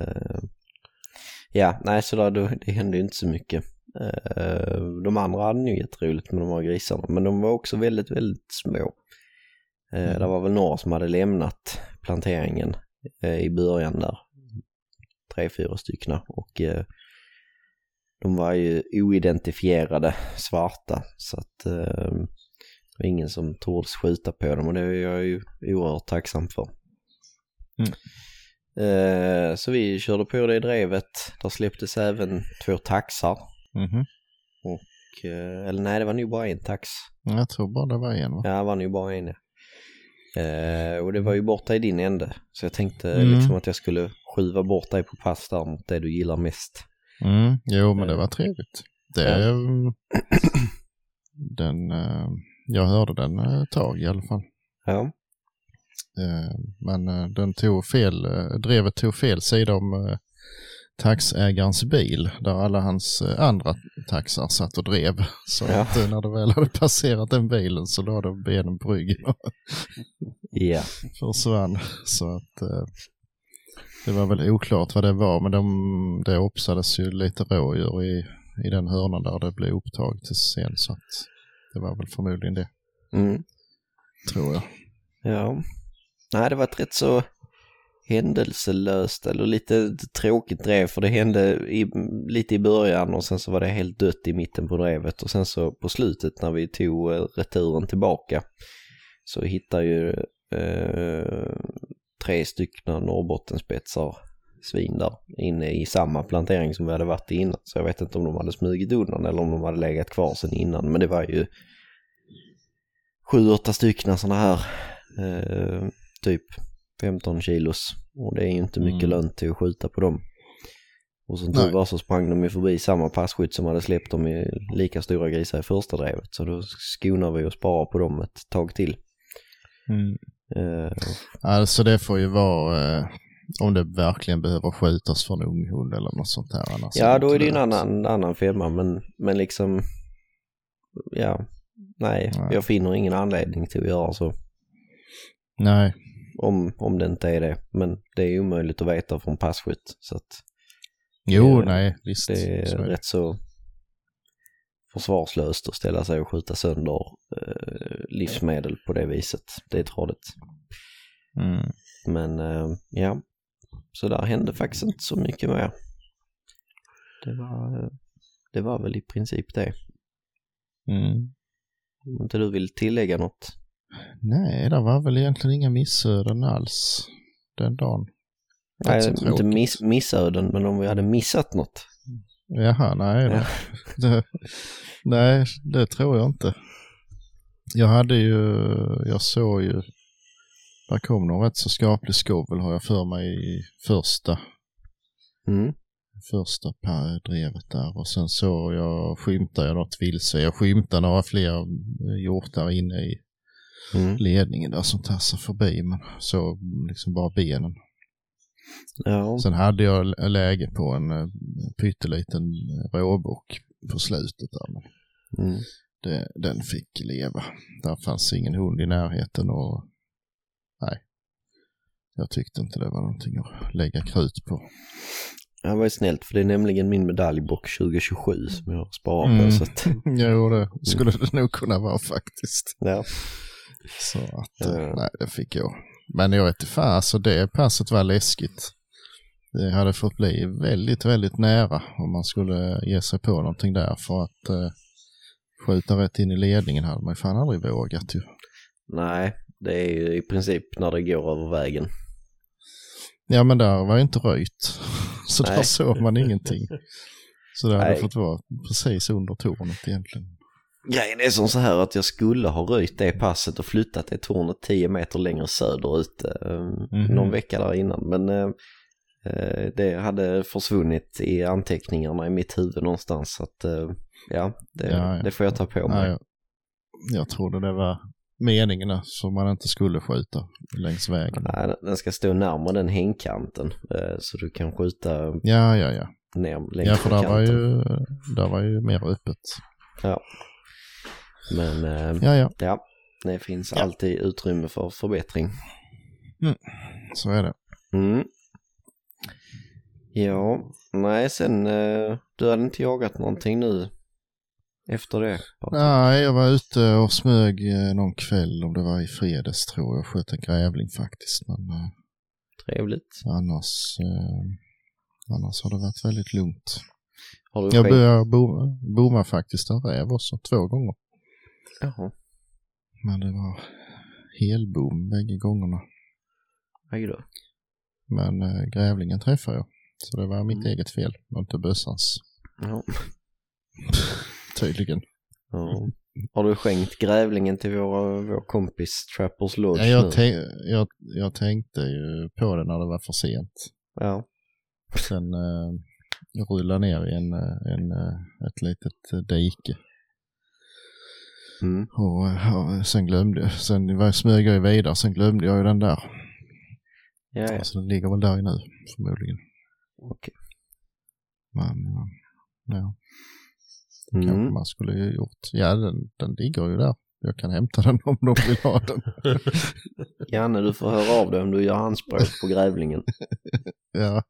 Ja, nej, så där, det hände ju inte så mycket. De andra hade ju jätteroligt med de här grisarna, men de var också väldigt, väldigt små. Det var väl några som hade lämnat planteringen i början där. 3-4 stycken, och de var ju oidentifierade svarta, så att det var ingen som tordes skjuta på dem, och det är jag ju oerhört tacksam för. Så vi körde på det i drevet. Där släpptes även 2 taxar. Och, eller nej, det var nog bara en tax. Jag tror bara det var en, va? Ja, det var nog bara en. Och det var ju borta i din ände. Så jag tänkte liksom att jag skulle skjuva bort dig på pass där mot det du gillar mest. Jo, men det var trevligt. Det jag hörde den ett tag i alla fall. Ja. Men drevet tog fel sida om taxägarens bil där alla hans andra taxar satt och drev. Så att när det väl hade passerat den bilen så låg de benen på ryggen och försvann. Så att det var väl oklart vad det var, men det opsades ju lite rådjur i den hörnan där det blev upptaget till sen, så att det var väl förmodligen det. Tror jag. Ja. Nej, det var ett rätt så händelselöst eller lite tråkigt drev, för det hände lite i början och sen så var det helt dött i mitten på drevet, och sen så på slutet när vi tog returen tillbaka så hittade ju 3 stycken Norrbottenspetsar svin där inne i samma plantering som vi hade varit i innan, så jag vet inte om de hade smugit undan eller om de hade legat kvar sen innan, men det var ju 7-8 stycken sådana här typ 15 kilos, och det är ju inte mycket lönt till att skjuta på dem. Och som tur var så sprang de ju förbi samma passkytt som hade släppt dem i lika stora grisar i första drevet, så då skonar vi och sparar på dem ett tag till. Alltså det får ju vara om det verkligen behöver skjutas för en ung hund eller något sånt här. Annars ja, då är det ju en annan femma, men liksom nej, jag finner ingen anledning till att göra så. Nej. Om det inte är det, men det är omöjligt att veta från passkytt, så att visst. Det är rätt så försvarslöst att ställa sig och skjuta sönder livsmedel på det viset. Det är tradigt. Men så där hände faktiskt inte så mycket mer. Det var väl i princip det. Om inte du vill tillägga något? Nej, det var väl egentligen inga missöden alls den dagen. Nej, inte missöden, men om vi hade missat något. Jaha, nej. Nej, det tror jag inte. Jag såg ju, där kom någon rätt så skaplig skovel har jag för mig i första drevet där, och sen så skymtade jag något vilse. Jag skymtade några fler hjortar inne i ledningen där som tassade förbi, men så liksom bara benen. Ja. Sen hade jag läge på en pytteliten råbock på slutet där, men den fick leva. Där fanns ingen hund i närheten, och nej, jag tyckte inte det var någonting att lägga krut på. Det var ju snällt, för det är nämligen min medaljbock 2027 som jag sparar på. Så att... Jo, det skulle det nog kunna vara faktiskt. Ja. Så att, nej, det fick jag. Men jag vet inte fan, alltså det passet var läskigt. Det hade fått bli väldigt, väldigt nära om man skulle ge sig på någonting där, för att skjuta rätt in i ledningen hade man fan aldrig vågat ju. Nej, det är ju i princip när det går över vägen. Ja, men där var ju inte röjt. Så där såg man ingenting. Så det hade fått vara precis under tornet egentligen. Grejen är som så här att jag skulle ha röjt det passet och flyttat det tornet 10 meter längre söderut någon vecka där innan. Men det hade försvunnit i anteckningarna i mitt huvud någonstans. Så att det får jag ta på mig. Ja, jag trodde det var meningarna som man inte skulle skjuta längs vägen. Nej, den ska stå närmare den hängkanten så du kan skjuta ner längs för där var ju mer öppet. Ja. Men det finns alltid utrymme för förbättring. Så är det. Ja, nej, sen du hade inte jagat någonting nu efter det? Nej, jag var ute och smög någon kväll, om det var i fredags tror jag, sköt en grävling faktiskt. Men trevligt. Annars har det varit väldigt lugnt. Har du jag började bomma faktiskt en räv också 2 gånger. Jaha. Men det var helbom bägge gångerna. Hej då. Men grävlingen träffade jag. Så det var mitt eget fel, och inte bössans. Ja. Tydligen. Ja. Har du skänkt grävlingen till vår kompis Trappers Lodge? Ja, jag tänkte ju på det när det var för sent. Ja. Sen rullade ner i ett litet dike. Och sen glömde jag, smög jag vidare, sen glömde jag ju den där. Ja. Så den ligger väl där nu förmodligen. Okej. Men ja. Kanske man skulle ju gjort. Ja, den ligger ju där. Jag kan hämta den om de vill ha den. Janne, du får höra av dig om du gör anspråk på grävlingen. Ja.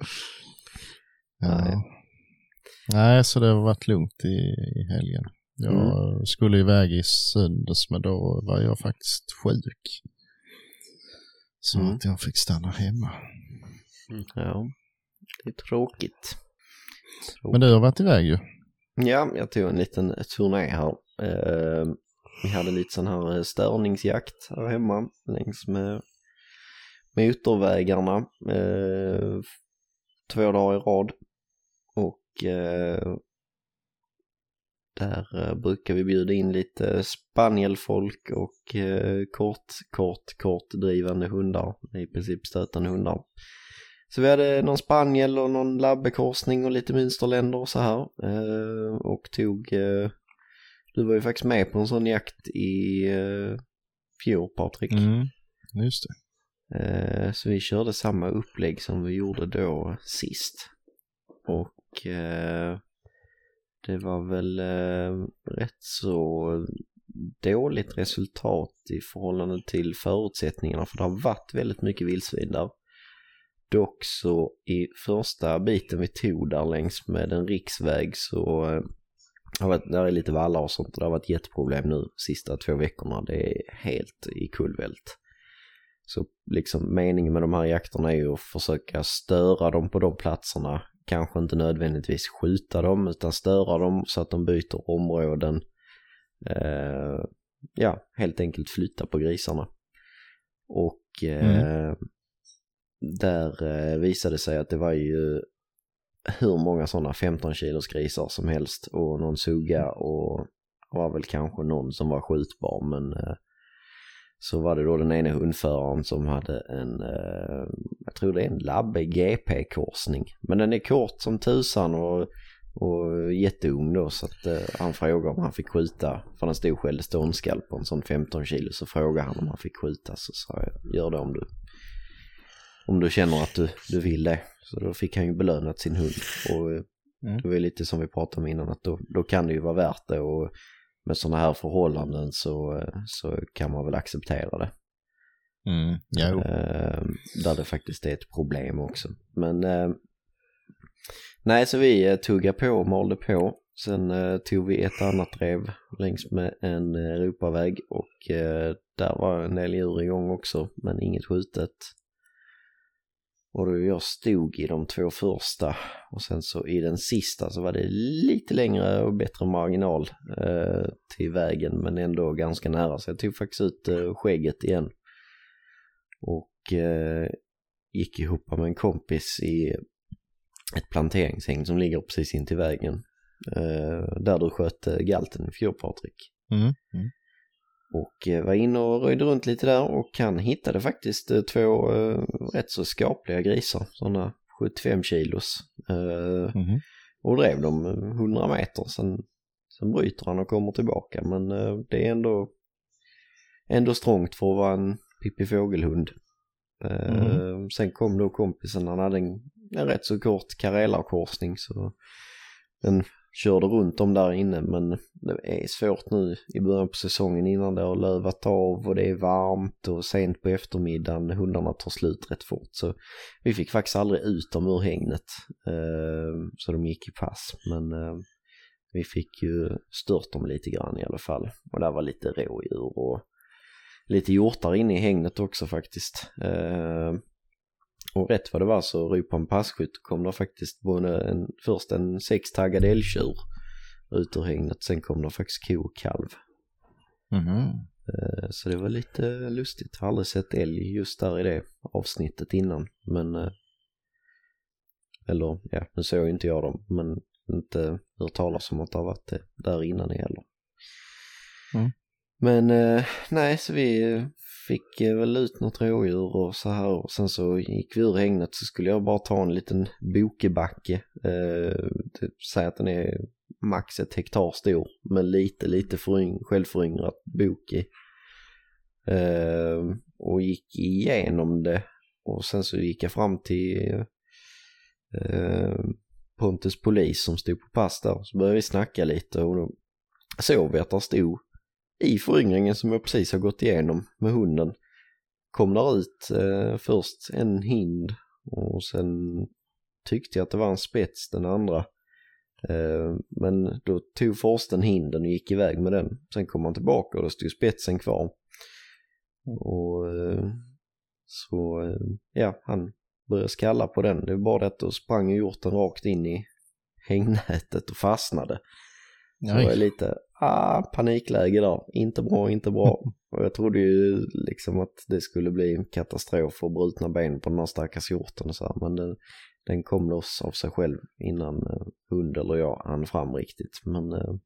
Nej, så det har varit lugnt i helgen. Jag skulle iväg i söndags, men då var jag faktiskt sjuk. Så att jag fick stanna hemma. Ja, det är tråkigt. Men du har varit iväg ju. Ja, jag tog en liten turné här. Vi hade lite sån här störningsjakt här hemma längs med motorvägarna 2 dagar i rad. Och där brukar vi bjuda in lite spanielfolk och kortdrivande hundar, i princip stötande hundar. Så vi hade någon spaniel och någon labbekorsning och lite mönsterländer och så här. Och du var ju faktiskt med på en sån jakt i fjol, Patrik. Just det. Så vi körde samma upplägg som vi gjorde då sist. Och det var väl rätt så dåligt resultat i förhållande till förutsättningarna, för det har varit väldigt mycket vildsvin där. Dock så i första biten vi tog där längs med en riksväg så där är lite vallar och sånt, och det har varit jätteproblem nu sista 2 veckorna. Det är helt i kullvält. Så liksom meningen med de här jakterna är ju att försöka störa dem på de platserna. Kanske inte nödvändigtvis skjuta dem, utan störa dem så att de byter områden. Helt enkelt flytta på grisarna. Och där visade sig att det var ju hur många sådana 15 kilos grisar som helst, och någon sugga, och var väl kanske någon som var skjutbar, men så var det då den ena hundföraren som hade jag tror det är en labbe GP-korsning, men den är kort som tusan och jätteung då, så att han frågade om han fick skjuta, för den stod själv ståndskall på en sån 15 kilo, så frågade han om han fick skjuta, så sa jag, gör det om du känner att du vill det. Så då fick han ju belönat sin hund, och det var lite som vi pratade om innan, att då kan det ju vara värt det, och med sådana här förhållanden så kan man väl acceptera det. Där det faktiskt är ett problem också. Men nej, så vi tuggade på och malde på. Sen tog vi ett annat rev längs med en Europaväg, och där var en del djur igång också, men inget skjutet. Och då jag stod i de 2 första, och sen så i den sista så var det lite längre och bättre marginal till vägen, men ändå ganska nära. Så jag tog faktiskt ut skägget igen och gick ihop med en kompis i ett planteringshäng som ligger precis in till vägen. Där du sköt galten i fjol, Patrik. Och var in och röjde runt lite där, och han hittade faktiskt 2 rätt så skapliga grisar, sådana 75 kilos. Och drev dem 100 meter, sen bryter han och kommer tillbaka, men det är ändå strångt för att vara en Pippi Fågelhund. Sen kom då kompisen, han hade en rätt så kort Karela-korsning, så den körde runt dem där inne, men det är svårt nu i början på säsongen innan det har lövat av och det är varmt och sent på eftermiddagen, hundarna tar slut rätt fort, så vi fick faktiskt aldrig ut dem ur hängnet, så de gick i pass, men vi fick ju stört dem lite grann i alla fall, och där var lite rådjur och lite hjortar inne i hängnet också faktiskt. Och rätt vad det var så ropade en passkytt, kom det faktiskt först en 6-taggad älgtjur ut ur hängnet, sen kom det faktiskt ko och kalv. Så det var lite lustigt, jag har aldrig sett älg just där i det avsnittet innan, men eller ja, nu såg inte jag dem, men inte hört talas om att det har varit det där innan heller. Men nej, så vi fick väl ut något rådjur och så här, och sen så gick vi ur hängnet, så skulle jag bara ta en liten bokebacke, säg att den är max 1 hektar stor med lite självföryngrat bok i. Och gick igenom det och sen så gick jag fram till Pontus polis som stod på pass där. Så började vi snacka lite och då såg vi att det stod i föryngringen som jag precis har gått igenom med hunden. Kom där ut först en hind och sen tyckte jag att det var en spets den andra. Men då tog Forsten hinden och gick iväg med den. Sen kom han tillbaka och då stod spetsen kvar. Och så ja, han började skalla på den. Det var bara det att då sprang hjorten rakt in i hängnätet och fastnade. Så det var lite panikläge där. Inte bra. Och jag trodde ju liksom att det skulle bli en katastrof och brutna ben på den här stackars hjorten och så här. Men den kom loss av sig själv innan hund eller jag hann fram riktigt. Men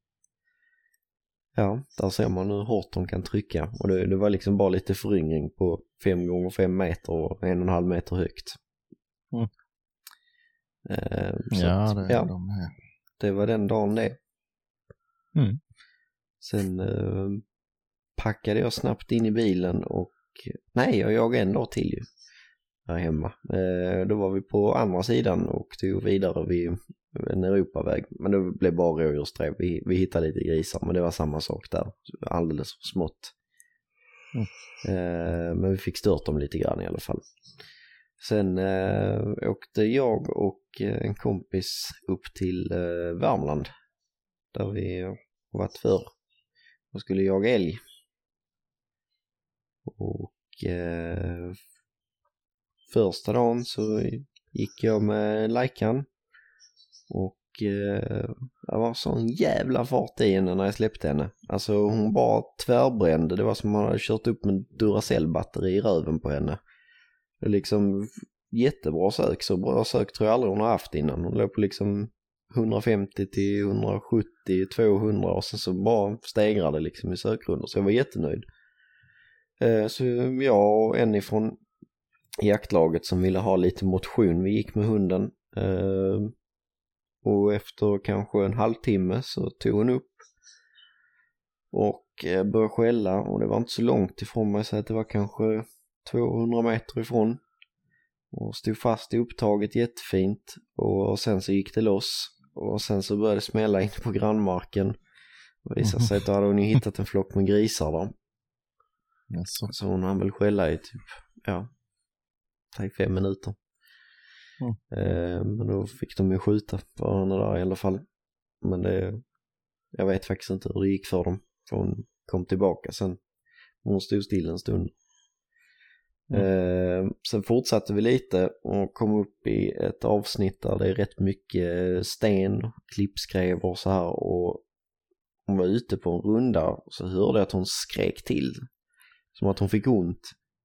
ja, där ser man hur hårt de kan trycka. Och det var liksom bara lite föryngring på 5 gånger 5 meter och 1,5 meter högt. Det var den dagen det. Sen packade jag snabbt in i bilen och jag jagade en dag till ju här hemma. Då var vi på andra sidan och tog vidare vid en Europaväg. Men det blev bara rådjursdrev. Vi hittade lite grisar men det var samma sak där. Alldeles för smått. Men vi fick stört dem lite grann i alla fall. Sen åkte jag och en kompis upp till Värmland. Där vi varit förr. Och skulle jaga älg. Och första dagen så gick jag med Laikan. Och det var sån jävla fart i henne när jag släppte henne. Alltså hon bara tvärbrände. Det var som man hade kört upp med Duracell-batteri i röven på henne. Det är liksom jättebra sök. Så bra sök tror jag aldrig hon har haft innan. Hon låg på liksom 150 till 170, 200 och sen så bara stegrade liksom i sökrundor. Så jag var jättenöjd. Så jag och en ifrån jaktlaget som ville ha lite motion. Vi gick med hunden. Och efter kanske en halvtimme så tog hon upp. Och började skälla. Och det var inte så långt ifrån mig så att det var kanske 200 meter ifrån. Och stod fast i upptaget jättefint. Och sen så gick det loss. Och sen så började det smälla in på grannmarken. Och visade sig att då hade hon ju hittat en flock med grisar där. Så hon hann väl skälla i typ 5 minuter. Men då fick de ju skjuta varandra där i alla fall. Men jag vet faktiskt inte hur det gick för dem. För hon kom tillbaka sen. Hon stod still en stund. Sen fortsatte vi lite och kom upp i ett avsnitt där det är rätt mycket sten, klippskrev och så här. Och hon var ute på en runda och så hörde jag att hon skrek till. Som att hon fick ont.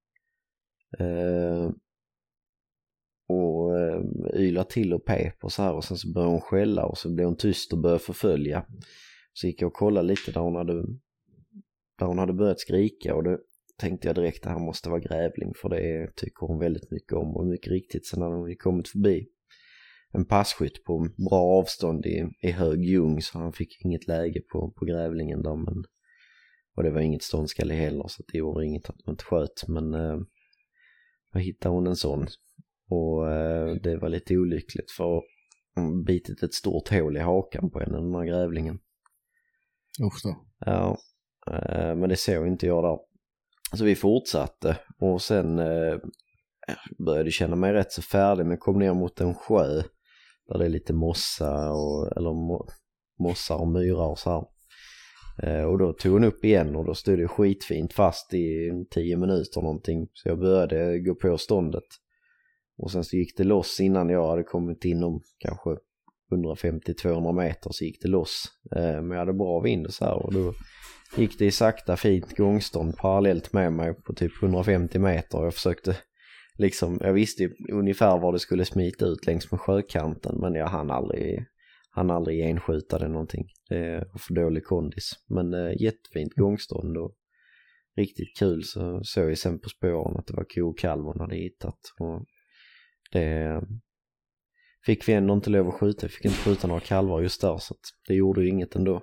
Och yla till och pep och så här. Och sen så började hon skälla och så blev hon tyst och började förfölja. Så gick jag och kollade lite där hon hade börjat skrika. Och då tänkte jag direkt att det här måste vara grävling. För det tycker hon väldigt mycket om. Och mycket riktigt sen hade hon kommit förbi en passkytt på bra avstånd i hög ljung. Så han fick inget läge på grävlingen där. Och det var inget ståndskalle heller. Så det gjorde inget att man inte sköt. Men då hittade hon en sån. Och det var lite olyckligt för hon bitit ett stort hål i hakan på henne, den här grävlingen. Usch då. Ja, men det såg inte jag där. Så vi fortsatte och sen började känna mig rätt så färdig, men kom ner mot en sjö där det är lite mossar och myrar och så här. Och då tog hon upp igen och då stod det skitfint fast i 10 minuter någonting. Så jag började gå på ståndet. Och sen så gick det loss innan jag hade kommit inom kanske 150-200 meter så gick det loss. Men jag hade bra vind och så här och då gick det i sakta fint gångstånd parallellt med mig på typ 150 meter. Och jag försökte liksom, jag visste ungefär var det skulle smita ut längs med sjökanten men jag hann aldrig enskjuta det någonting. Det var för dålig kondis. Men jättefint gångstånd och riktigt kul. Så såg jag sen på spåren att det var ko och kalv hon hade hittat. Och fick vi ändå inte lov att skjuta. Vi fick inte skjuta några kalvar just där, så att det gjorde ju inget ändå.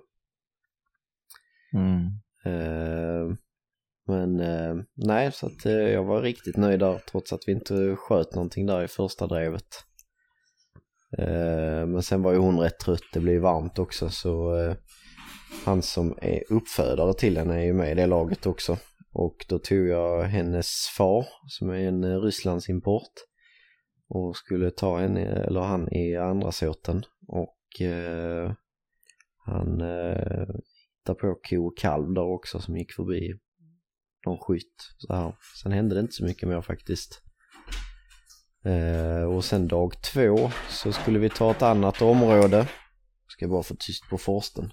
Men nej, så att jag var riktigt nöjd där trots att vi inte sköt någonting där i första drevet. Men sen var ju hon rätt trött, det blev varmt också, så han som är uppfödare till henne är ju med i det laget också. Och då tog jag hennes far som är en Rysslandsimport och skulle ta henne, eller han i andra såten, och han hittade på ko och kalv där också som gick förbi någon skytt. Så här. Sen hände det inte så mycket mer faktiskt. Och sen dag 2 så skulle vi ta ett annat område. Ska jag bara få tyst på forsten.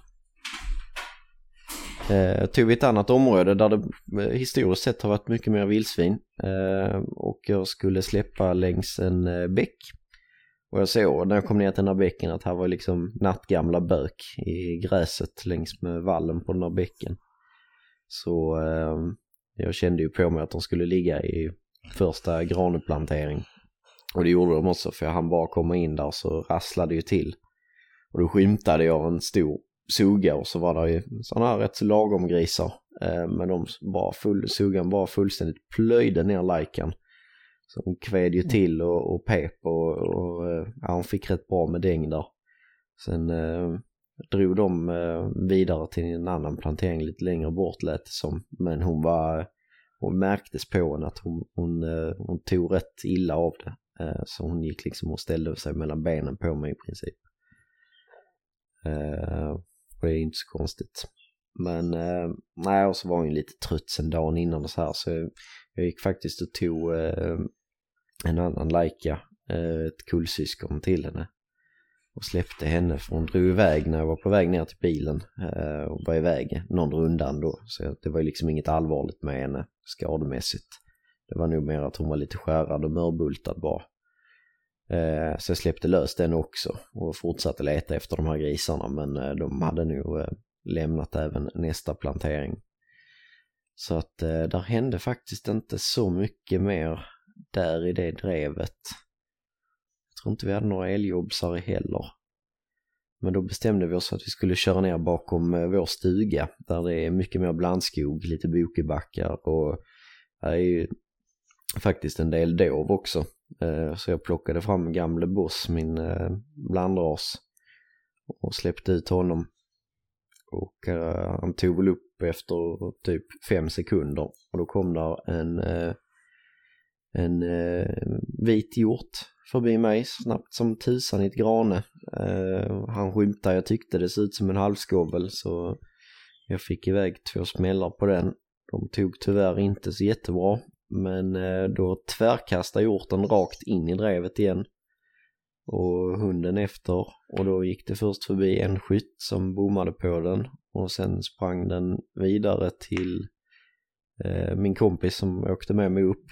Tog vi ett annat område där det historiskt sett har varit mycket mer vildsvin. Och jag skulle släppa längs en bäck. Och jag såg när jag kom ner till den här bäcken att här var liksom nattgamla bök i gräset längs med vallen på den här bäcken. Så jag kände ju på mig att de skulle ligga i första graneplantering. Och det gjorde de också, för jag hann bara komma in där så rasslade ju till. Och då skymtade jag en stor suga och så var det ju sådana här rätt så lagom grisar. Men de bara sugan bara fullständigt plöjde ner lajkan. Så hon kved ju till och pep och ja, hon fick rätt bra med däng där. Sen drog de vidare till en annan plantering lite längre bort lät det som. Men hon märktes på henne att hon tog rätt illa av det. Så hon gick liksom och ställde sig mellan benen på mig i princip. Och det är inte så konstigt. Men nej, och så var hon lite trött sen dagen innan och så här. Så jag gick faktiskt och tog en annan lajka, ett kullsyskon till henne. Och släppte henne, för hon drog iväg när jag var på väg ner till bilen. Och var iväg någon rundan då. Så det var ju liksom inget allvarligt med henne skademässigt. Det var nog mer att hon var lite skärrad och mörbultad bara. Så jag släppte lös den också och fortsatte leta efter de här grisarna, men de hade nog lämnat även nästa plantering. Så att där hände faktiskt inte så mycket mer där i det drevet. Jag tror inte vi hade några älgobsare heller. Men då bestämde vi oss att vi skulle köra ner bakom vår stuga där det är mycket mer blandskog, lite bokebackar och det är ju faktiskt en del dov också. Så jag plockade fram gamle Boss, min blandras, och släppte ut honom. Och han tog väl upp efter typ 5 sekunder. Och då kom där en vit hjort förbi mig snabbt som tusan i ett grane. Han skymtade, jag tyckte det såg ut som en halvskovel, så jag fick iväg 2 smällar på den. De tog tyvärr inte så jättebra. Men då tvärkastade hjorten rakt in i drevet igen. Och hunden efter. Och då gick det först förbi en skytt som bommade på den. Och sen sprang den vidare till min kompis som åkte med mig upp.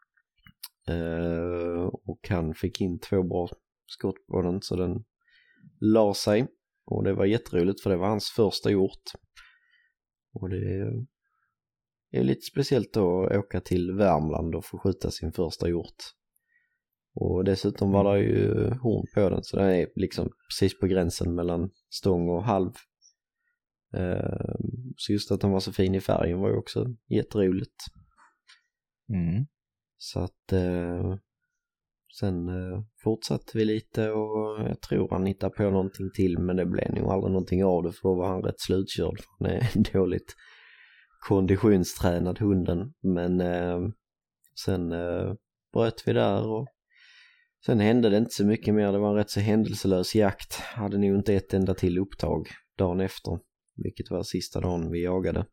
Och han fick in 2 bra skott på den, så den la sig. Och det var jätteroligt, för det var hans första hjort. Och det är lite speciellt då att åka till Värmland och få skjuta sin första hjort. Och dessutom var det ju horn på den, så den är liksom precis på gränsen mellan stång och halv. Så just att den var så fin i färgen var ju också jätteroligt. Så att sen fortsatte vi lite och jag tror han hittade på någonting till, men det blev nog aldrig någonting av det, för då var han rätt slutkörd, för han är dåligt konditionstränad hunden. Men sen bröt vi där och sen hände det inte så mycket mer. Det var en rätt så händelselös jakt. Hade nog inte ett enda till upptag dagen efter, vilket var sista dagen vi jagade.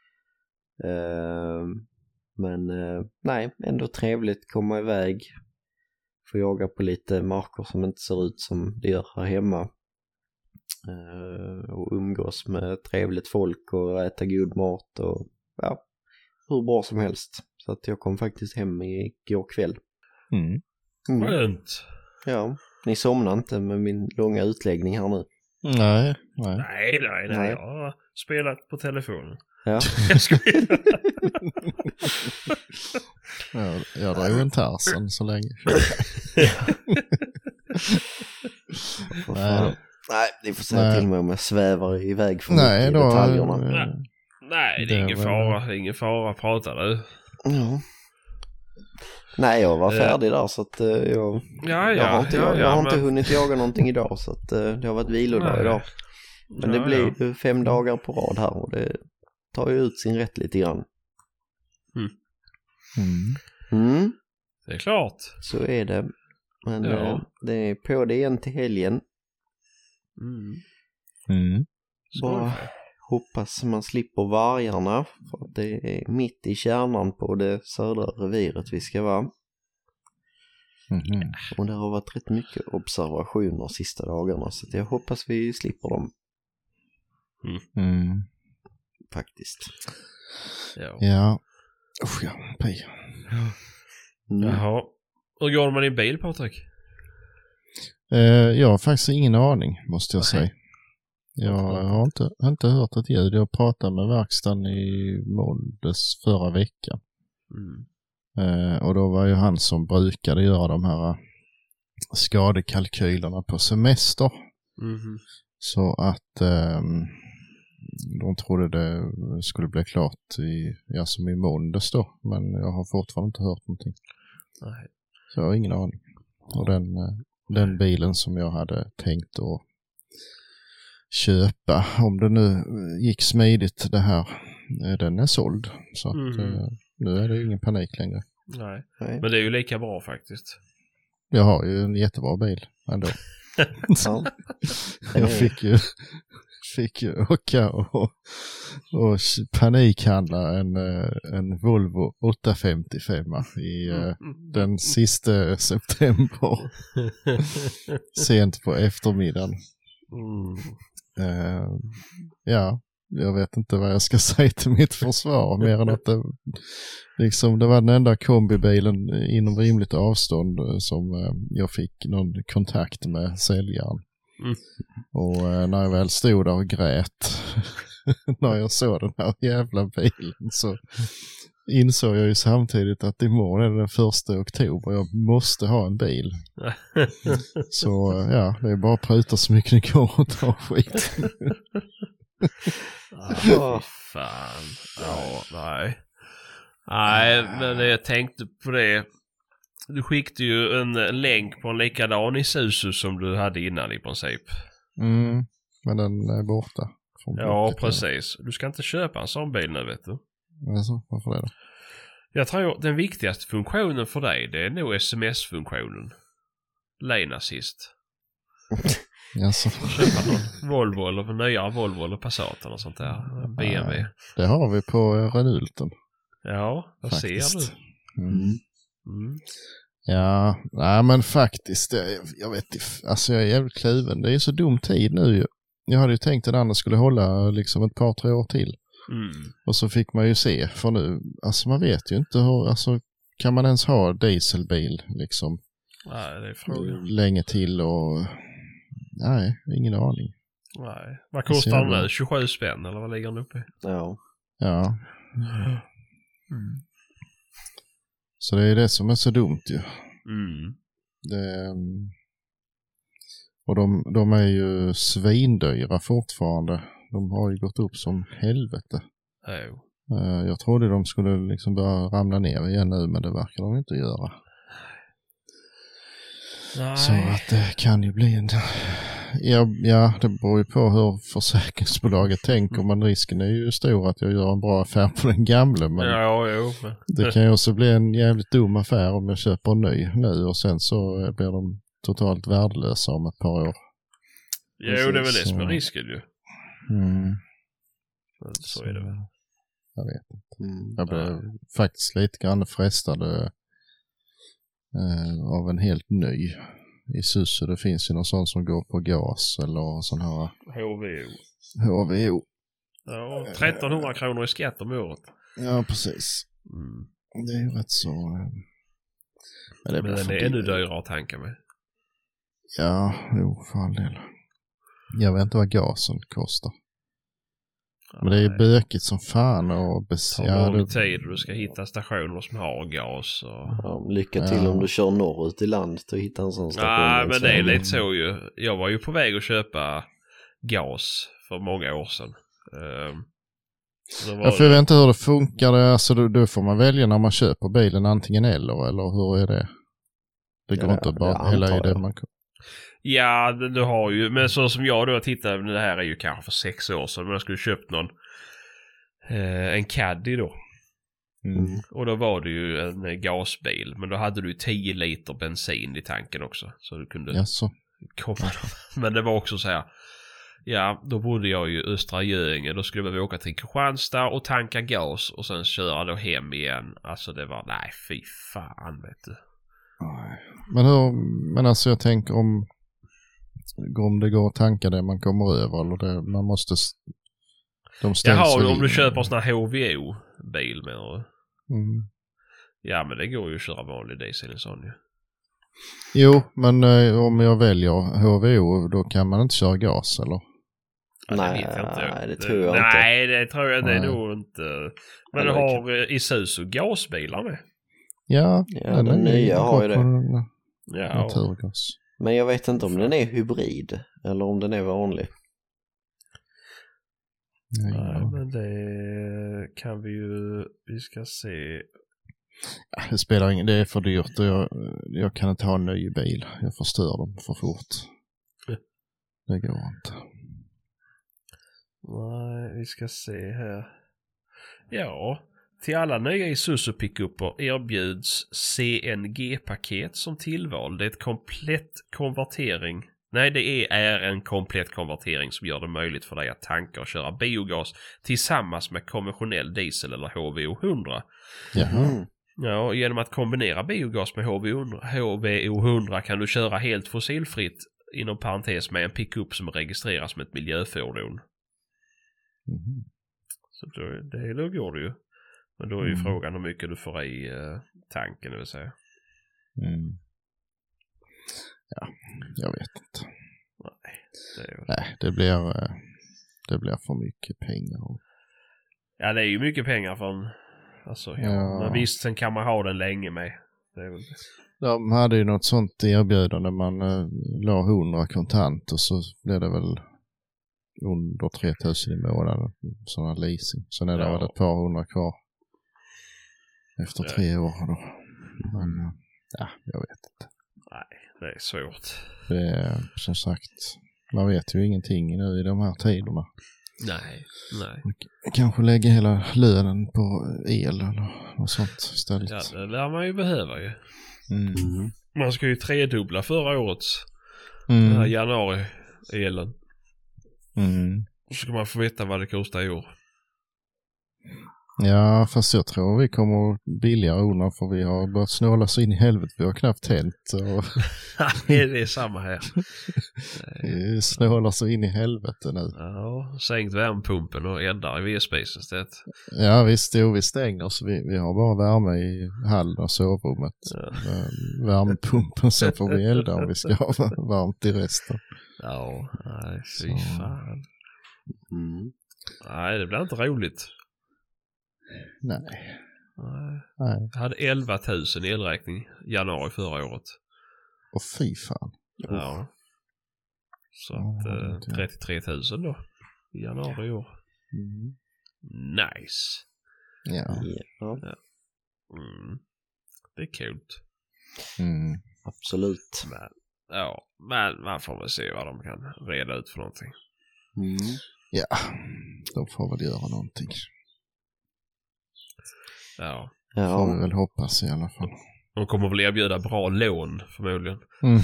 Men nej, ändå trevligt komma iväg, få jaga på lite marker som inte ser ut som det gör här hemma. Och umgås med trevligt folk och äta god mat och ja, hur bra som helst. Så att jag kom faktiskt hem igår kväll. Skönt. Ja, ni somnar inte med min långa utläggning här nu? Nej. Jag har spelat på telefonen. Ja. Jag drog en Tarzan så länge. Nej, det får säga till mig om jag svävar iväg för mycket i detaljerna. Nej, det är ingen fara. Det är ingen fara. Prata du. Ja. Nej, jag var färdig där så att jag har inte hunnit jaga någonting idag så att det har varit vilodag idag. Men det blir 5 dagar på rad här och det tar ju ut sin rätt lite grann. Det är klart. Så är det. Men det är på det igen till helgen. Bara hoppas man slipper vargarna för att det är mitt i kärnan på det södra reviret vi ska vara. Och det har varit rätt mycket observationer sista dagarna så att jag hoppas vi slipper dem. Faktiskt. Ja. Usch ja, pej. Jaha. Hur går det med din bil, Patrik? Jag har faktiskt ingen aning, måste jag säga. Jag har inte hört ett ljud. Jag pratade med verkstaden i måndags förra veckan. Och då var ju han som brukade göra de här skadekalkylerna på semester. Så att de trodde det skulle bli klart som i måndags då. Men jag har fortfarande inte hört någonting. Nej. Så jag har ingen aning. Och den bilen som jag hade tänkt att köpa, om det nu gick smidigt det här, den är såld. Så att nu är det ingen panik längre. Nej, men det är ju lika bra faktiskt. Jag har ju en jättebra bil ändå. Jag fick ju åka och panikhandla en Volvo 855 i den sista september. Sent på eftermiddagen. Jag vet inte vad jag ska säga till mitt försvar mer än att det var den enda kombibilen inom rimligt avstånd som jag fick någon kontakt med säljaren. Och när jag väl stod där och grät när jag såg den här jävla bilen så insåg jag ju samtidigt att imorgon är det den 1 oktober. Jag måste ha en bil. Så det är bara att pruta så mycket det går och ta skit. Fan. Nej. Nej, men jag tänkte på det. Du skickade ju en länk på en likadan Isuzu som du hade innan i princip. Men den är borta. Ja, precis. Du ska inte köpa en sån bil nu, vet du. Alltså, varför det då? Jag tror den viktigaste funktionen för dig, det är nog sms-funktionen. Lane assist. Alltså. Köpa någon Volvo eller nyare Volvo eller Passat eller sånt där. BMW. Det har vi på Renulten. Ja, vad ser du? Ja, nej men faktiskt, jag vet inte, alltså jag är jävligt kluven. Det är så dum tid nu ju. Jag hade ju tänkt att den andra skulle hålla liksom ett par, 3 år till. Och så fick man ju se, för nu, alltså man vet ju inte hur, alltså kan man ens ha dieselbil liksom? Nej, det är frågan. Länge till och, nej, ingen aning. Nej, vad kostar den nu? 27 spänn eller vad ligger den uppe i? Ja. Så det är det som är så dumt ju. Och de är ju svindyra fortfarande. De har ju gått upp som helvete. Jag trodde de skulle liksom börja ramla ner igen nu, men det verkar de inte göra. Nej. Så att det kan ju bli en... Ja, det beror ju på hur försäkringsbolaget tänker, men risken är ju stor att jag gör en bra affär på den gamla. Men det kan ju också bli en jävligt dum affär om jag köper en ny nu och sen så blir de totalt värdelösa om ett par år. Jo, det är väl det som är risken ju. Så är det väl. Jag vet inte. Jag blev faktiskt lite grann frestad av en helt ny Isuzu. Det finns ju någon sån som går på gas eller sån här HVO. Ja, 1300 kronor i skatt om året. Ja, precis. Det är ju rätt så... Men den är ännu dyrare att tanka med. Ja, jo, för all del. Jag vet inte vad gasen kostar. Men det är ju bökigt som fan och tar lång tid och du ska hitta stationer som har gas. Och... lycka till om du kör norrut i landet och hittar en sån station. Nej, men det är lite så ju. Jag var ju på väg att köpa gas för många år sedan. För jag vet inte hur det funkar. Alltså, då får man välja när man köper bilen antingen eller hur är det? Det går inte bara hela i det man kan. Ja, du har ju, men så som jag då tittade, det här är ju kanske för 6 år sedan, men jag skulle köpt en Caddy då. Och då var det ju en gasbil, men då hade du 10 liter bensin i tanken också, så du kunde komma. Men det var också så här, ja, då bodde jag ju i Östra Göinge, då skulle vi åka till Kristianstad och tanka gas och sen köra då hem igen. Alltså det var, nej fy fan vet du. Men alltså jag tänker om det går att tanka det man kommer över eller det, man måste Jaha, om du köper sån här HVO-bil med ja, men det går ju att köra vanlig diesel i sån ju. Jo, men om jag väljer HVO då kan man inte köra gas eller? Ja, nej, det tror jag inte. Nej, det tror jag det nog inte. Men du har Isuzu gasbilar med. Ja, den nya har ju det. Naturgas. Men jag vet inte om den är hybrid eller om den är vanlig. Nej, men det kan vi ska se. Det spelar ingen, det är för dyrt och jag kan inte ha en ny bil. Jag förstör dem för fort. Det går inte. Nej, vi ska se här. Ja, till alla nya Isuzu pickuper erbjuds CNG-paket som tillval. Det är ett komplett konvertering. Nej, det är en komplett konvertering som gör det möjligt för dig att tanka och köra biogas tillsammans med konventionell diesel eller HVO 100. Ja, genom att kombinera biogas med HVO 100 kan du köra helt fossilfritt inom parentes med en pickup som registreras som ett miljöfordon. Så då går det ju. Men då är ju frågan hur mycket du får i tanken, det vill säga. Ja, jag vet inte. Nej, det blir för mycket pengar. Ja, det är ju mycket pengar från... Alltså, ja. Men visst, sen kan man ha den länge med. Det är väl... De hade ju något sånt erbjudande. Man la 100 kontant och så blev det väl under 3000 i månaden. Sådana leasing. Sen är det väl ett par hundra kvar. Efter 3 år då. Men jag vet inte. Nej, det är svårt. Det är som sagt, man vet ju ingenting nu i de här tiderna. Nej. Kanske lägga hela lönen på el eller något sånt istället. Ja, det lär man ju behöva ju. Man ska ju tredubbla förra årets den här januari-elen. Så ska man få veta vad det kostar i år. Ja, fast jag tror vi kommer billigare undan för vi har börjat snåla så in i helvete. Vi har knappt tänt. Och... det är samma här. Vi snålar så in i helvete nu. Ja, sänkt värmpumpen och eldar i vedspisen istället. Ja, vi stänger så vi har bara värme i hallen och sovrummet. Värmepumpen så får vi elda om vi ska ha varmt i resten. Ja, nej, fy fan. Nej, det blir inte roligt. Nej. Jag hade 11 000 i elräkning januari förra året. Och fy fan. Ja. Så att 33 000 då i januari i år. Nice. Ja. Det är kul. Absolut. Men man får väl se vad de kan reda ut för någonting. Ja, de får väl göra någonting. Ja. Får vi väl hoppas i alla fall. De kommer väl erbjuda bra lån förmodligen.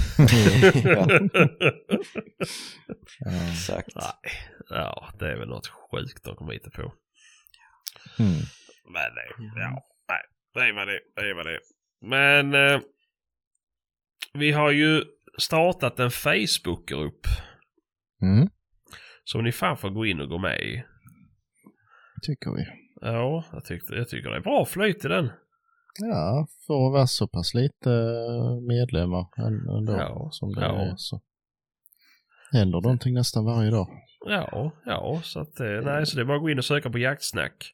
Exakt. Ja, det är väl något sjukt de kommer hitta på. Men det är vad det. Men vi har ju startat en Facebookgrupp. Som ni fan får gå in och gå med i. Tycker vi. Ja, jag tycker det är bra flyt i den. Ja, för att vara så pass lite medlemmar ändå som det är så. händer någonting nästan varje dag. Ja, så att nej, så det är bara att gå in och söka på jaktsnack.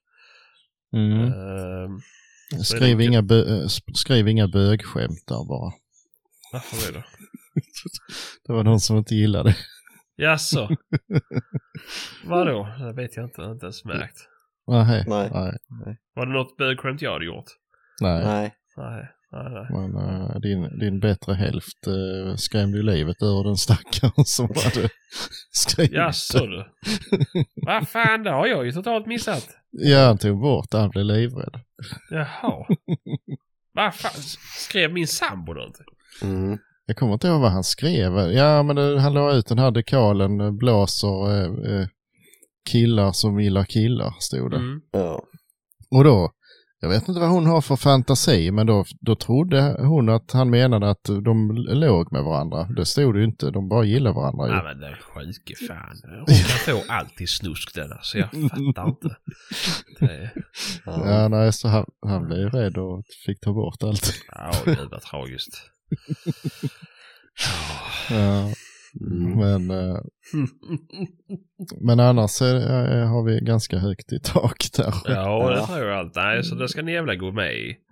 Skriv inga bögskämt där bara. Varför är det? Det var någon som inte gillade det. Jaså? Vadå? Det vet jag inte ens märkt. Nej. Var det något bögskämt jag hade gjort? Nej. Men din bättre hälft skrämde ju livet ur den stackaren som hade skrivit. Jaså du? Vad fan, det har jag ju totalt missat. Ja, han tog bort, han blev livrädd. Jaha. Vad fan, skrev min sambo någonting? Jag kommer inte ihåg vad han skrev. Ja, men han la ut den här dekalen, blåser killar som gillar killar, stod det. Ja. Och då, jag vet inte vad hon har för fantasi, men då trodde hon att han menade att de låg med varandra. Det stod det ju inte, de bara gillar varandra. Ja, men det är sjuke fan. Hon kan få alltid snusk den, så jag fattar inte. Ja, nej, så han blev rädd och fick ta bort allt. Ja, det var tragiskt. Ja. Men annars har vi ganska högt i tak där. Ja, det tror jag allt. Nej, så det ska ni jävla gå med i.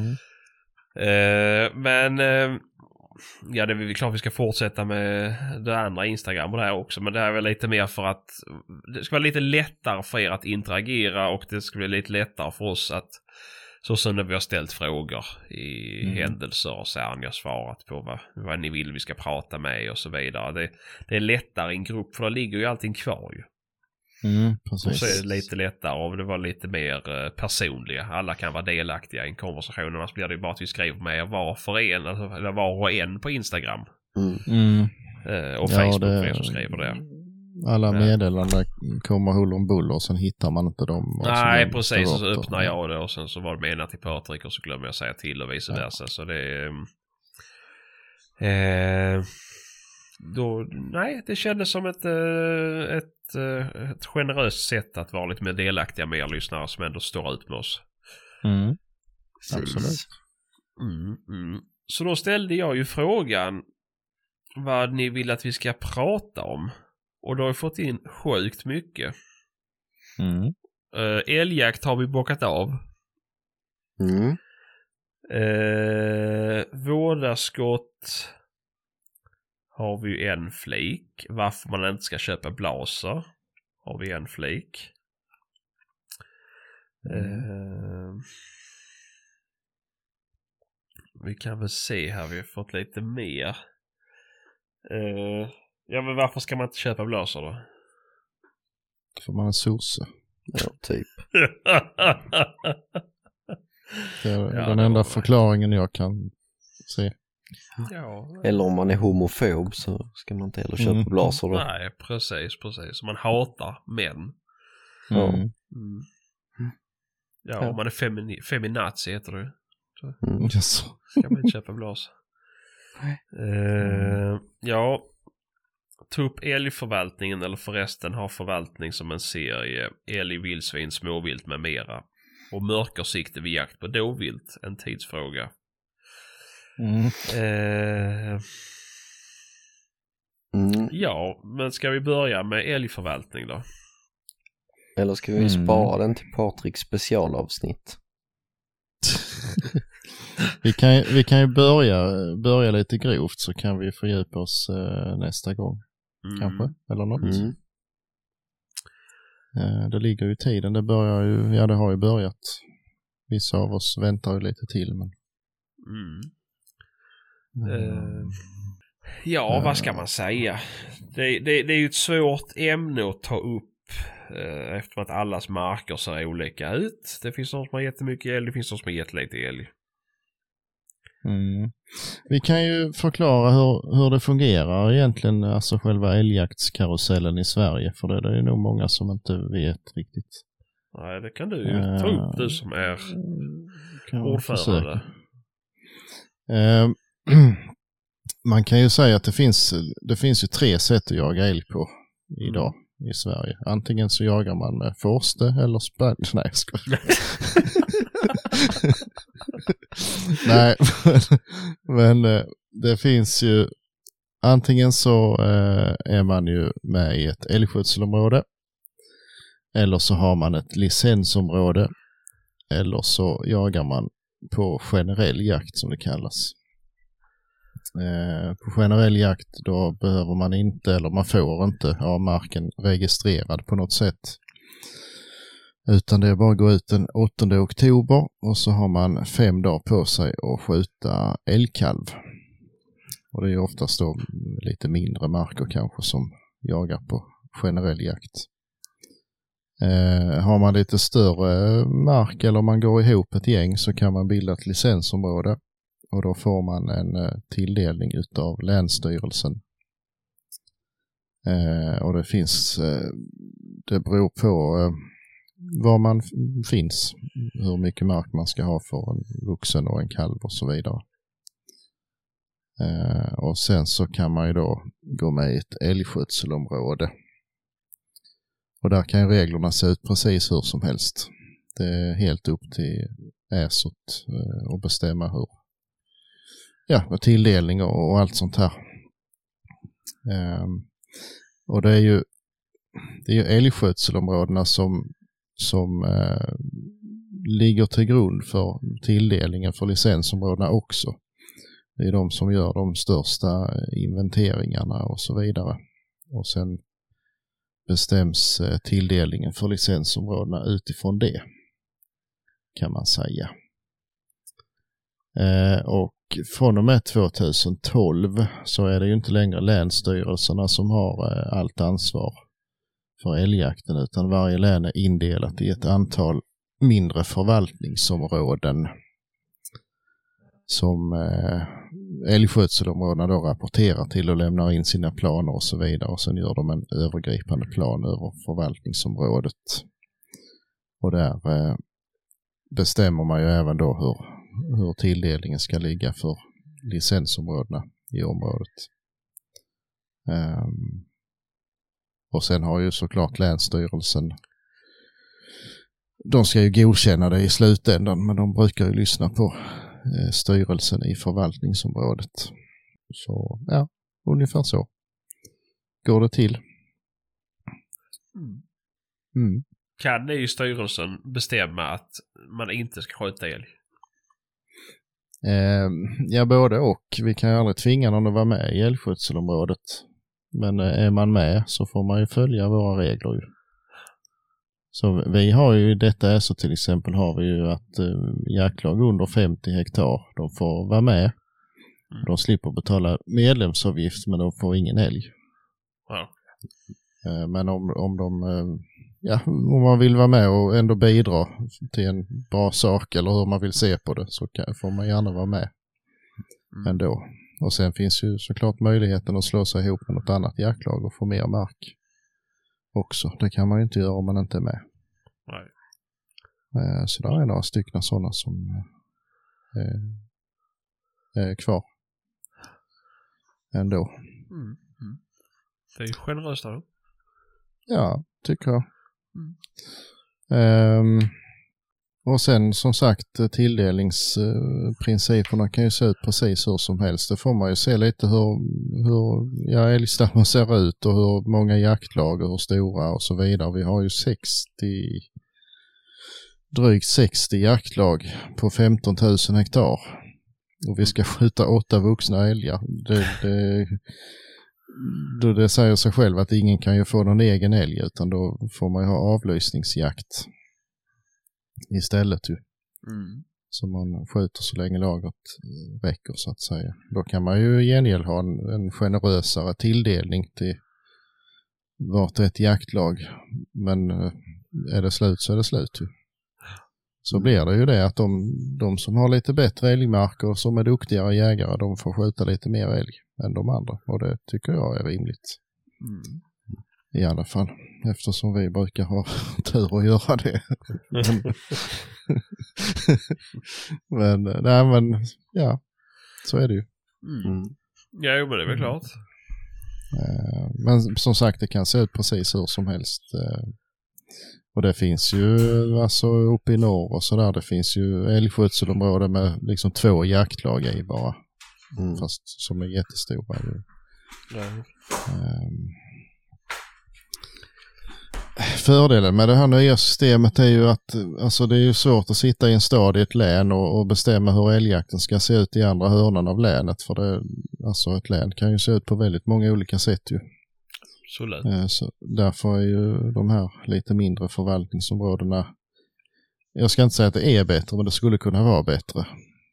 Men ja, det är klart vi ska fortsätta med det andra Instagram och det här också. Men det här är väl lite mer för att det ska vara lite lättare för er att interagera, och det ska bli lite lättare för oss att, så som när vi har ställt frågor i händelser och så har ni har svarat på vad ni vill vi ska prata med och så vidare. Det är lättare i en grupp, för då ligger ju allting kvar ju. Precis. Och så är det lite lättare och det var lite mer personliga. Alla kan vara delaktiga i en konversation. Annars blir det ju bara att vi skriver med var och en på Instagram. Och Facebook för er som skriver det. Alla meddelanden kommer huller om buller och sen hittar man inte dem. Nej, precis. Och så öppnar jag det och sen så var det menat till Patrik och så glömmer jag säga till och vice versa. Så det är... det kändes som ett generöst sätt att vara lite mer delaktiga med er lyssnare som ändå står ut med oss. Absolut. Så då ställde jag ju frågan vad ni vill att vi ska prata om. Och då har vi fått in sjukt mycket. Älgjakt har vi bockat av. Vårdarskott har vi ju en flik. Varför man inte ska köpa blaser har vi en flik. Vi kan väl se här, vi har fått lite mer. Ja, men varför ska man inte köpa blaser då? För man är sosse. Ja, typ. Det är den enda förklaringen jag kan se. Ja. Eller om man är homofob så ska man inte heller köpa blaser då. Nej, precis. Man hatar män. Ja, om man är feminazi heter det. Så ska man inte köpa blaser. Ja, ta upp älgförvaltningen, eller förresten ha förvaltning som en serie, älg, vildsvin, småvilt med mera, och mörkersikte vid jakt på dovvilt, en tidsfråga. Ja, men ska vi börja med älgförvaltning då? Eller ska vi spara den till Patriks specialavsnitt? Vi kan ju börja lite grovt, så kan vi fördjupa oss nästa gång. Kanske, eller något. Det ligger ju i tiden. Det har ju börjat. Vissa av oss väntar ju lite till, men... Ja, vad ska man säga? Det är ju ett svårt ämne att ta upp eftersom att allas marker ser olika ut. Det finns någon som har jättemycket älg, det finns någon som har jättelite älg. Vi kan ju förklara hur det fungerar egentligen, alltså själva älgjaktskarusellen i Sverige, för det är ju nog många som inte vet riktigt. Nej, det kan du ju ta upp, du som är ordförande. Man kan ju säga att det finns ju 3 sätt att jaga älg på idag i Sverige. Antingen så jagar man med forste eller spänn. Nej, jag skojar. Nej, men det finns ju antingen så är man ju med i ett älgskötselområde, eller så har man ett licensområde, eller så jagar man på generell jakt som det kallas. På generell jakt då behöver man inte, eller man får inte ha marken registrerad på något sätt. Utan det är bara att gå ut den 8 oktober och så har man 5 dagar på sig att skjuta älgkalv. Och det är oftast då lite mindre marker kanske som jagar på generell jakt. Har man lite större mark eller man går ihop ett gäng så kan man bilda ett licensområde. Och då får man en tilldelning utav Länsstyrelsen. Och det finns, det beror på var man finns, hur mycket mark man ska ha för en vuxen och en kalv och så vidare. Och sen så kan man ju då gå med i ett älgskötselområde. Och där kan ju reglerna se ut precis hur som helst. Det är helt upp till äsot att bestämma hur. Ja, med tilldelning och allt sånt här. Och det är ju älgskötselområdena som ligger till grund för tilldelningen för licensområdena också. Det är de som gör de största inventeringarna och så vidare. Och sen bestäms tilldelningen för licensområdena utifrån det, kan man säga. Och från och med 2012 så är det ju inte längre länsstyrelserna som har allt ansvar för älgjakten, utan varje län är indelat i ett antal mindre förvaltningsområden som älgskötselområdena då rapporterar till och lämnar in sina planer och så vidare, och sen gör de en övergripande plan över förvaltningsområdet. Och där bestämmer man ju även då hur tilldelningen ska ligga för licensområdena i området. Och sen har ju såklart Länsstyrelsen, de ska ju godkänna det i slutändan, men de brukar ju lyssna på styrelsen i förvaltningsområdet. Så ja, ungefär så går det till. Kan det ju styrelsen bestämma att man inte ska skjuta älg? Ja, både och. Vi kan ju aldrig tvinga någon att vara med i älgskötselområdet. Men är man med så får man ju följa våra regler ju. Så vi har ju detta, så till exempel har vi ju att jaktlag under 50 hektar, de får vara med. De slipper betala medlemsavgift, men de får ingen älg. Ja. Men om man vill vara med och ändå bidra till en bra sak, eller hur man vill se på det, så får man gärna vara med ändå. Och sen finns ju såklart möjligheten att slå sig ihop med något annat jaktlag och få mer mark också. Det kan man ju inte göra om man inte är med. Nej. Så där är några stycken sådana som är kvar ändå. Det är ju generöst då. Ja, tycker jag. Och sen som sagt, tilldelningsprinciperna kan ju se ut precis hur som helst. Det får man ju se lite hur älgstammen ser ut och hur många jaktlag och hur stora och så vidare. Vi har ju drygt 60 jaktlag på 15 000 hektar. Och vi ska skjuta 8 vuxna älgar. Det säger sig själv att ingen kan ju få någon egen älg, utan då får man ju ha avlysningsjakt istället ju. Så man skjuter så länge lagret räcker, så att säga. Då kan man ju i gengäld ha en generösare tilldelning till vart ett jaktlag. Men är det slut så är det slut ju. Så blir det ju det att de som har lite bättre älgmarker och som är duktigare jägare, de får skjuta lite mer älg än de andra. Och det tycker jag är rimligt. I alla fall. Eftersom vi brukar ha tur att göra det. men ja, så är det ju. Ja, men det är väl klart. Men som sagt, det kan se ut precis hur som helst. Och det finns ju alltså uppe i norr och sådär, det finns ju älgskötselområden med liksom 2 jaktlag i bara. Fast som är jättestora. Fördelen med det här nya systemet är ju att alltså det är ju svårt att sitta i en stad i ett län och bestämma hur älgjakten ska se ut i andra hörnan av länet. För det, alltså ett län kan ju se ut på väldigt många olika sätt ju. Så därför är ju de här lite mindre förvaltningsområdena, jag ska inte säga att det är bättre, men det skulle kunna vara bättre.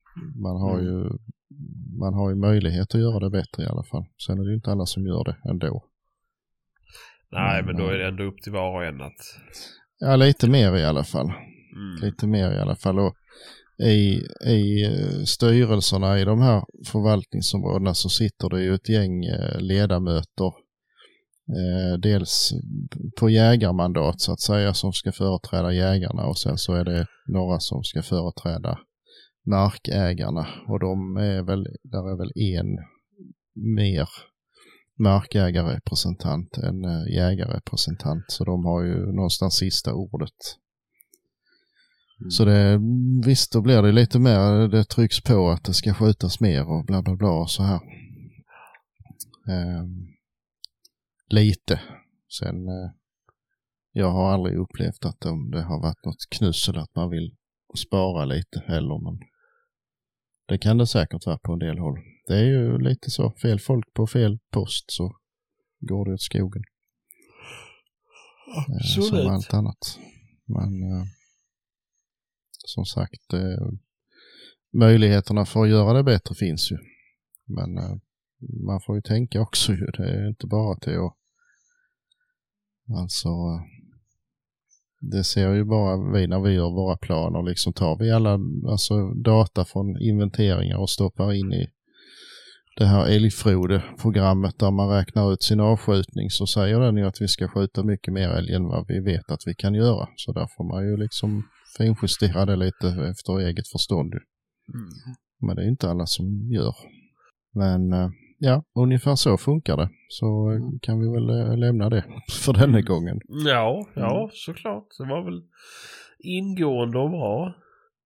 Man har ju möjlighet att göra det bättre i alla fall. Sen är det ju inte alla som gör det ändå. Nej, men då är det ändå upp till var och en att... Ja, lite mer i alla fall. Lite mer i alla fall. Och i styrelserna i de här förvaltningsområdena så sitter det ju ett gäng ledamöter. Dels på jägarmandat så att säga, som ska företräda jägarna, och sen så är det några som ska företräda markägarna, och där är väl en mer markägarrepresentant än jägarrepresentant, så de har ju någonstans sista ordet. Så visst, då blir det lite mer, det trycks på att det ska skjutas mer och bla bla bla och så här. Lite. Sen jag har aldrig upplevt att det har varit något knussel att man vill spara lite heller, men det kan det säkert vara på en del håll. Det är ju lite så, fel folk på fel post så går det åt skogen. Som allt annat. Men som sagt, möjligheterna för att göra det bättre finns ju. Men man får ju tänka också ju. Det är inte bara till att alltså det ser ju bara vi när vi gör våra planer, liksom tar vi alla data från inventeringar och stoppar in i det här älgfrode-programmet där man räknar ut sin avskjutning, så säger den ju att vi ska skjuta mycket mer älg än vad vi vet att vi kan göra. Så där får man ju liksom finjustera det lite efter eget förstånd. Men det är inte alla som gör. Men ja, ungefär så funkar det. Så kan vi väl lämna det för denna gången. Ja, såklart. Det var väl ingående och bra.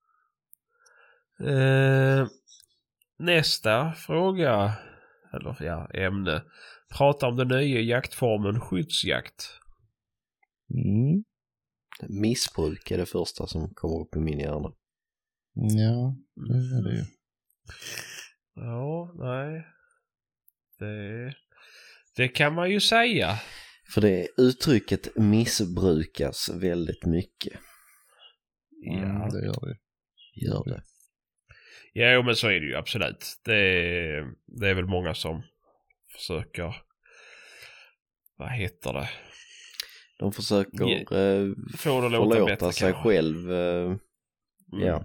Nästa fråga, eller ämne. Prata om den nya jaktformen skyddsjakt. Missbruk är det första som kommer upp i min hjärna. Ja, det är det ju. Ja, nej. Det kan man ju säga. För det uttrycket missbrukas väldigt mycket. Ja, det gör det. Gör det. Ja, men så är det ju absolut. Det är väl många som försöker, vad heter det? De försöker få det att låta bättre sig kanske. Själv. Ja.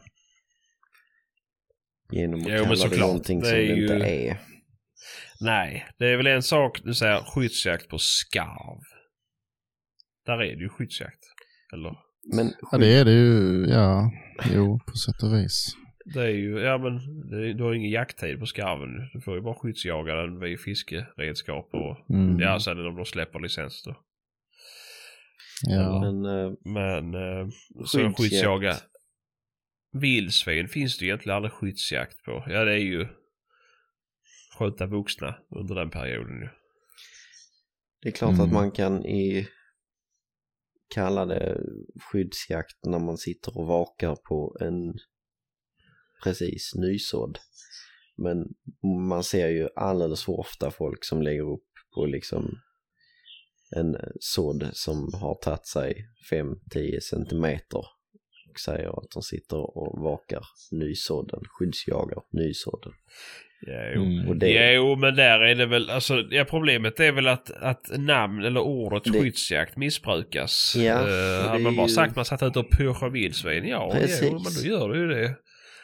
Genom att kalla det någonting som det inte är. Nej, det är väl en sak, du säger skyddsjakt på skarv. Där är det ju skyddsjakt. Eller? Men ja, det är det ju, ja. Jo, på sätt och vis. Det är ju, men du har ingen jakttid på skarven. Du får ju bara skyddsjaga den vid fiskeredskap och sen om de släpper licens då. Ja. Men så skyddsjaga vildsvin finns det egentligen aldrig skyddsjakt på. Ja, det är ju skjuta vuxna under den perioden ju. Det är klart att man kan kalla det skyddsjakt när man sitter och vakar på en precis nysådd. Men man ser ju alldeles för ofta folk som lägger upp på liksom en sådd som har tagit sig 5-10 centimeter och säger att de sitter och vakar nysådden, skyddsjagar nysådden. Jo, men där är det väl, alltså, problemet är väl att namn eller ordet skyddsjakt missbrukas. Har man bara sagt man satt ut och pusha vildsvin, men då gör du ju det.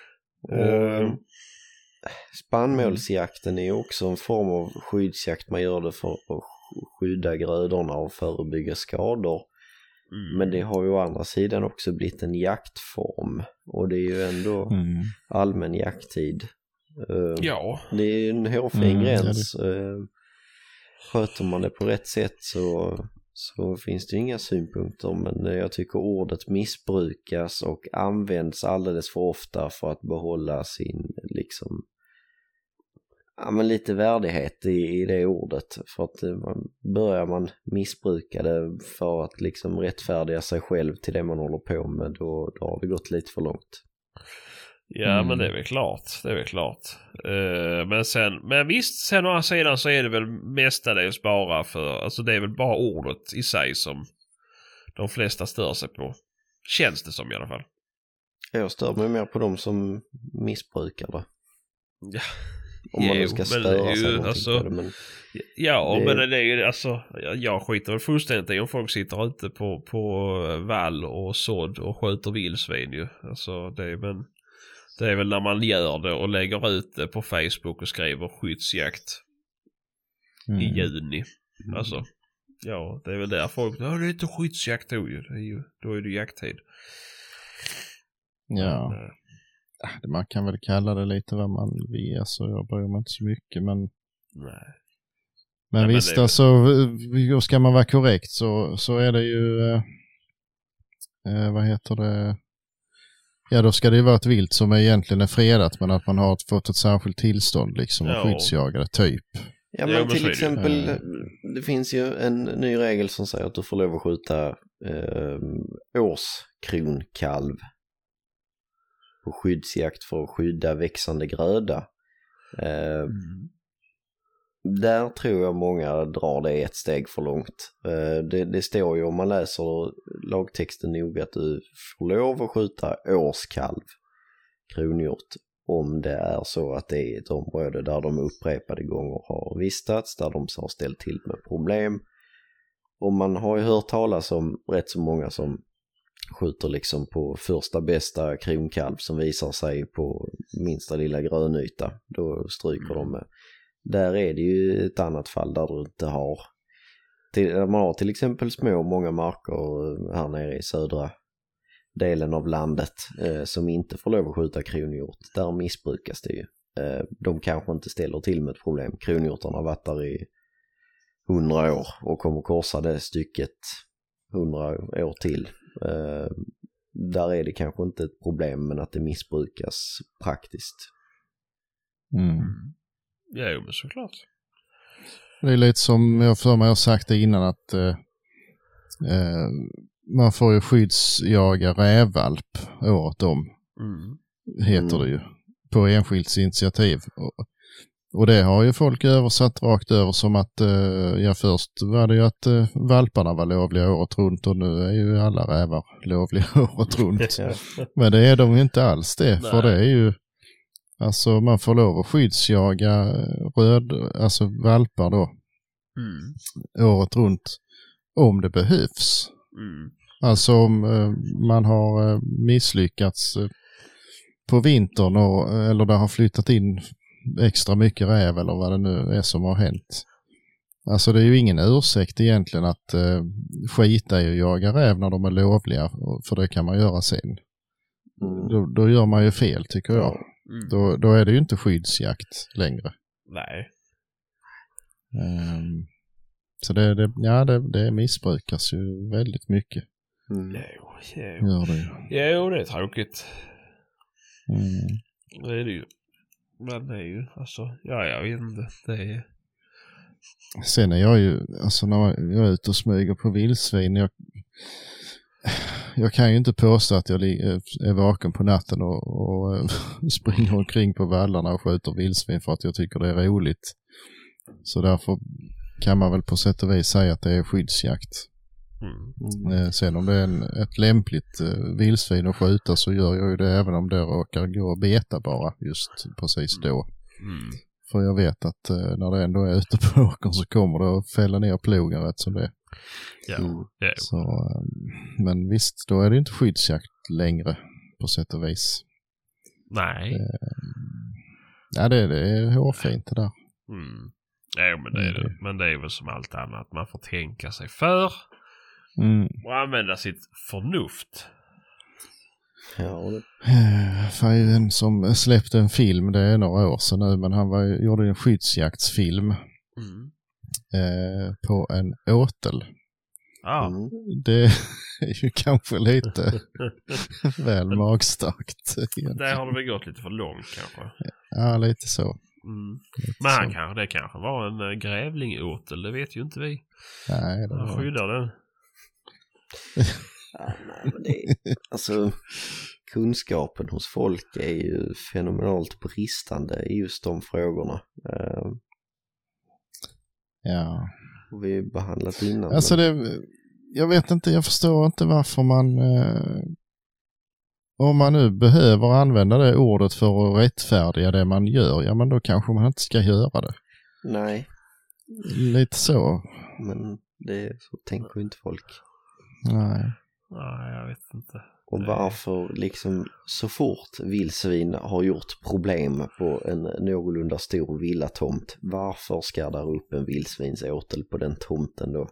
Spannmålsjakten är ju också en form av skyddsjakt. Man gör det för att skydda grödorna och förebygga skador. Men det har ju å andra sidan också blivit en jaktform. Och det är ju ändå allmän jakttid. Det är en hårfin gräns. Sköter man det på rätt sätt så finns det inga synpunkter. Men jag tycker ordet missbrukas och används alldeles för ofta för att behålla sin liksom ja, men lite värdighet i det ordet. För att börjar man missbruka det för att liksom rättfärdiga sig själv till det man håller på med, då har det gått lite för långt. Ja, men det är väl klart. Men visst, sen å andra sidan så är det väl mestadels bara för, alltså det är väl bara ordet i sig som de flesta stör sig på. Känns det som i alla fall. Jag stör mig mer på dem som missbrukar det. Ja. Om man nu ska störa sig någonting alltså, på det. Men men det är ju alltså, jag skiter väl fullständigt i om folk sitter ute på vall och sådd och skjuter vildsvin ju. Alltså det är väl när man gör det och lägger ut det på Facebook och skriver skyddsjakt i juni. Alltså, ja, det är väl där folk, det är inte skyddsjakt då är det jakttid. Ja. Man kan väl kalla det lite vad man vill, alltså jag bryr mig inte så mycket, men nej. Men visst, det... alltså ska man vara korrekt så är det ju vad heter det, ja då ska det ju vara ett vilt som egentligen är fredat, men att man har fått ett särskilt tillstånd liksom och skyddsjagare typ. Ja, men till exempel det finns ju en ny regel som säger att du får lov att skjuta årskronkalv på skyddsjakt för att skydda växande gröda. Där tror jag många drar det ett steg för långt. Det står ju, om man läser lagtexten noga, att du får lov att skjuta årskalv kronhjort om det är så att det är ett område där de upprepade gånger har vistats, där de har ställt till med problem. Och man har ju hört talas om rätt så många som skjuter liksom på första bästa kronkalv som visar sig på minsta lilla grönyta. Då stryker de med. Där är det ju ett annat fall där du inte har. Man har till exempel många marker här nere i södra delen av landet som inte får lov att skjuta kronhjort. Där missbrukas det ju. De kanske inte ställer till med ett problem. Kronhjortarna har varit där i 100 år och kommer korsa det stycket 100 år till. Där är det kanske inte ett problem, men att det missbrukas praktiskt. Ja, men såklart. Det är lite som jag för mig har sagt det innan, att man får ju skyddsjaga rävvalp året om. Heter det ju. På enskilt initiativ. Och det har ju folk översatt rakt över som att först var det ju att valparna var lovliga året runt, och nu är ju alla rävar lovliga året runt. Men det är de ju inte alls det. Nej. För det är ju, alltså man får lov att skyddsjaga valpar då året runt om det behövs. Alltså om man har misslyckats på vintern eller det har flyttat in extra mycket räv eller vad det nu är som har hänt. Alltså det är ju ingen ursäkt egentligen att skita i och jaga räv när de är lovliga, för det kan man göra sen. Då gör man ju fel, tycker jag. Då är det ju inte skyddsjakt längre. Nej. Så det missbrukas ju väldigt mycket. Jo, det är tråkigt. Det är det ju. Men det är ju, alltså, jag vet inte, det är... Sen är jag ju, alltså när jag är ute och smyger på vildsvin, jag kan ju inte påstå att jag är vaken på natten och springer omkring på vallarna och skjuter vildsvin för att jag tycker det är roligt. Så därför kan man väl på sätt och vis säga att det är skyddsjakt. Sen om det är ett lämpligt vildsvin att skjuta, så gör jag ju det även om det råkar gå och beta bara just precis då. För jag vet att när det ändå är ute på åkern så kommer det att fälla ner plogen rätt som det. Så, men visst, då är det inte skyddsjakt längre på sätt och vis. Nej. Det är hårfint det där. Ja, men det är det. Men det är väl som allt annat. Man får tänka sig för. Och använda sitt förnuft. För en som släppte en film, det är några år sedan nu, men han gjorde en skyddsjaktsfilm på en åtel. Det är ju kanske lite väl magstarkt. Där har det väl gått lite för långt kanske. Ja, lite så. Men det kanske var en grävlingåtel, det vet ju inte vi. Nej, det Han skyddar den. Ja, nej, men alltså kunskapen hos folk är ju fenomenalt bristande i just de frågorna. Ja. Och vi har behandlat innan. Alltså jag vet inte, jag förstår inte varför man om man nu behöver använda det ordet för att rättfärdiga det man gör, ja men då kanske man inte ska göra det. Nej. Lite så. Men så tänker ju inte folk. Nej, jag vet inte. Och varför liksom så fort vildsvin har gjort problem på en någorlunda stor villatomt, varför ska där upp en vildsvinsåtel på den tomten då?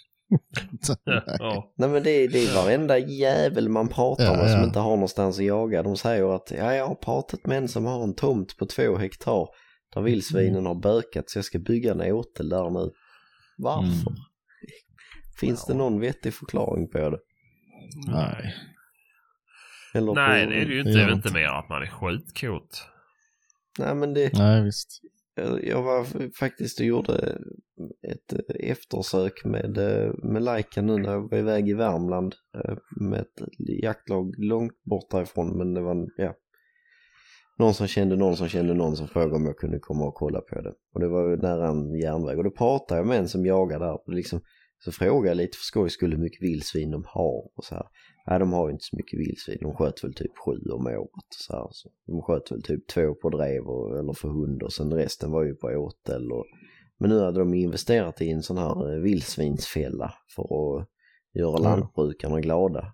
Nej men det är varenda jävel man pratar med som inte har någonstans att jaga. De säger att jag har pratat med en som har en tomt på 2 hektar där vildsvinen har bökat så jag ska bygga en åtel där nu. Varför? Finns det någon vettig förklaring på det? Nej. Eller nej, det är ju inte, inte mer att man är skitkåt. Nej, men Nej, visst. Jag var faktiskt och gjorde ett eftersök med Laika nu när jag var iväg i Värmland med ett jaktlag långt bort därifrån, men det var någon som kände någon som frågade om jag kunde komma och kolla på det. Och det var nära en järnväg och då pratade jag med en som jagar där och liksom, så frågade jag lite för skoj skulle hur mycket vildsvin de har och så här. Nej, de har ju inte så mycket vildsvin. De sköt väl typ 7 om året. Så här. Så de sköt väl typ 2 på drev eller för hund och sen resten var ju på åtel. Men nu hade de investerat i en sån här vildsvinsfälla för att göra lantbrukarna glada.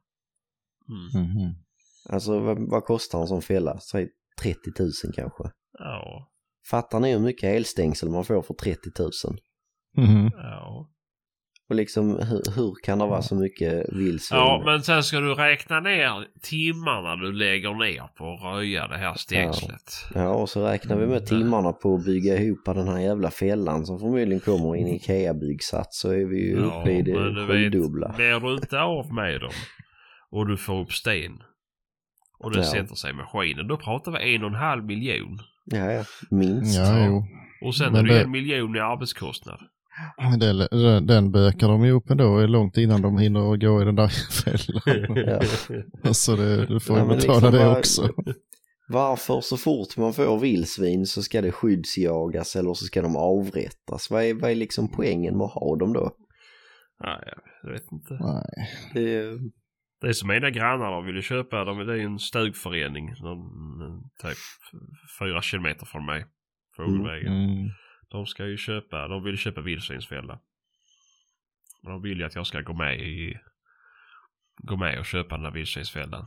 Mm. Alltså vad kostar en sån fälla? Säg 30 000 kanske. Ja. Fattar ni hur mycket elstängsel man får för 30 000? Ja. Och liksom hur kan det vara så mycket vildsvin? Ja, men sen ska du räkna ner timmarna du lägger ner på att röja det här stängslet. Ja, och så räknar vi med timmarna på att bygga ihop den här jävla fällan som förmodligen kommer in i IKEA-byggsats, så är vi ju uppe i det sjudubbla. Blir du inte av med dem och du får upp sten och det sätter sig i maskinen, då pratar vi 1,5 miljon. Ja, minst. Ja, jo. Och sen är det 1 miljon i arbetskostnad. Den bökar de ju upp ändå långt innan de hinner gå i den där fällan. Så du får ju betala liksom det också. Varför så fort man får vildsvin så ska det skyddsjagas eller så ska de avrättas? Vad är liksom poängen med att ha dem då? Nej, jag vet inte. Nej. Det är som mina grannar de ville köpa. Det är ju en stugförening typ 4 kilometer från mig. Fågelvägen. De vill köpa vildsvinsfälla. De vill ju att jag ska gå med och köpa den här vildsvinsfällan.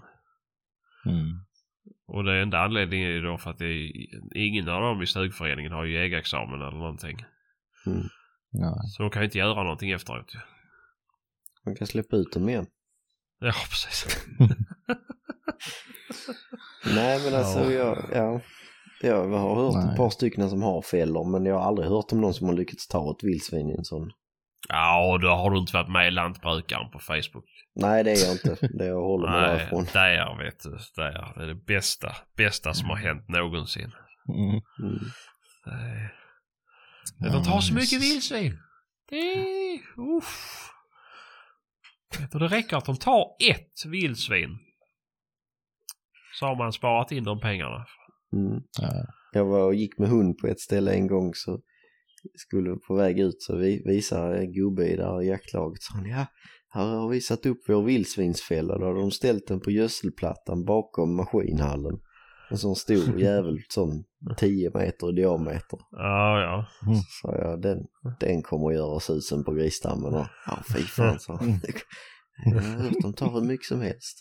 Och det enda anledningen är då för att ingen av dem i stugföreningen har ju jägarexamen eller någonting. Så de kan inte göra någonting efteråt. Man kan släppa ut dem igen. Ja, precis. Nej, men alltså jag har hört ett par stycken som har fällor, men jag har aldrig hört om någon som har lyckats ta ett vildsvin i en sån. Ja, då har du inte varit med i lantbrukaren på Facebook. Nej, det är jag inte. Det jag håller mig därifrån. Där vet du. Det är det bästa som har hänt någonsin. De tar så mycket vildsvin. Det räcker att de tar ett vildsvin. Så har man sparat in de pengarna. Jag var och gick med hund på ett ställe en gång, så skulle på väg ut så visar en gubbe i där jaktlaget, så han, här har vi satt upp vår vildsvinsfälla, då hade de ställt den på gödselplattan bakom maskinhallen, en sån stor jävel som 10 meter i diameter. Ja. Så den kommer att göra susen på grisstammen och fy fan, så jag har hört de tar hur mycket som helst.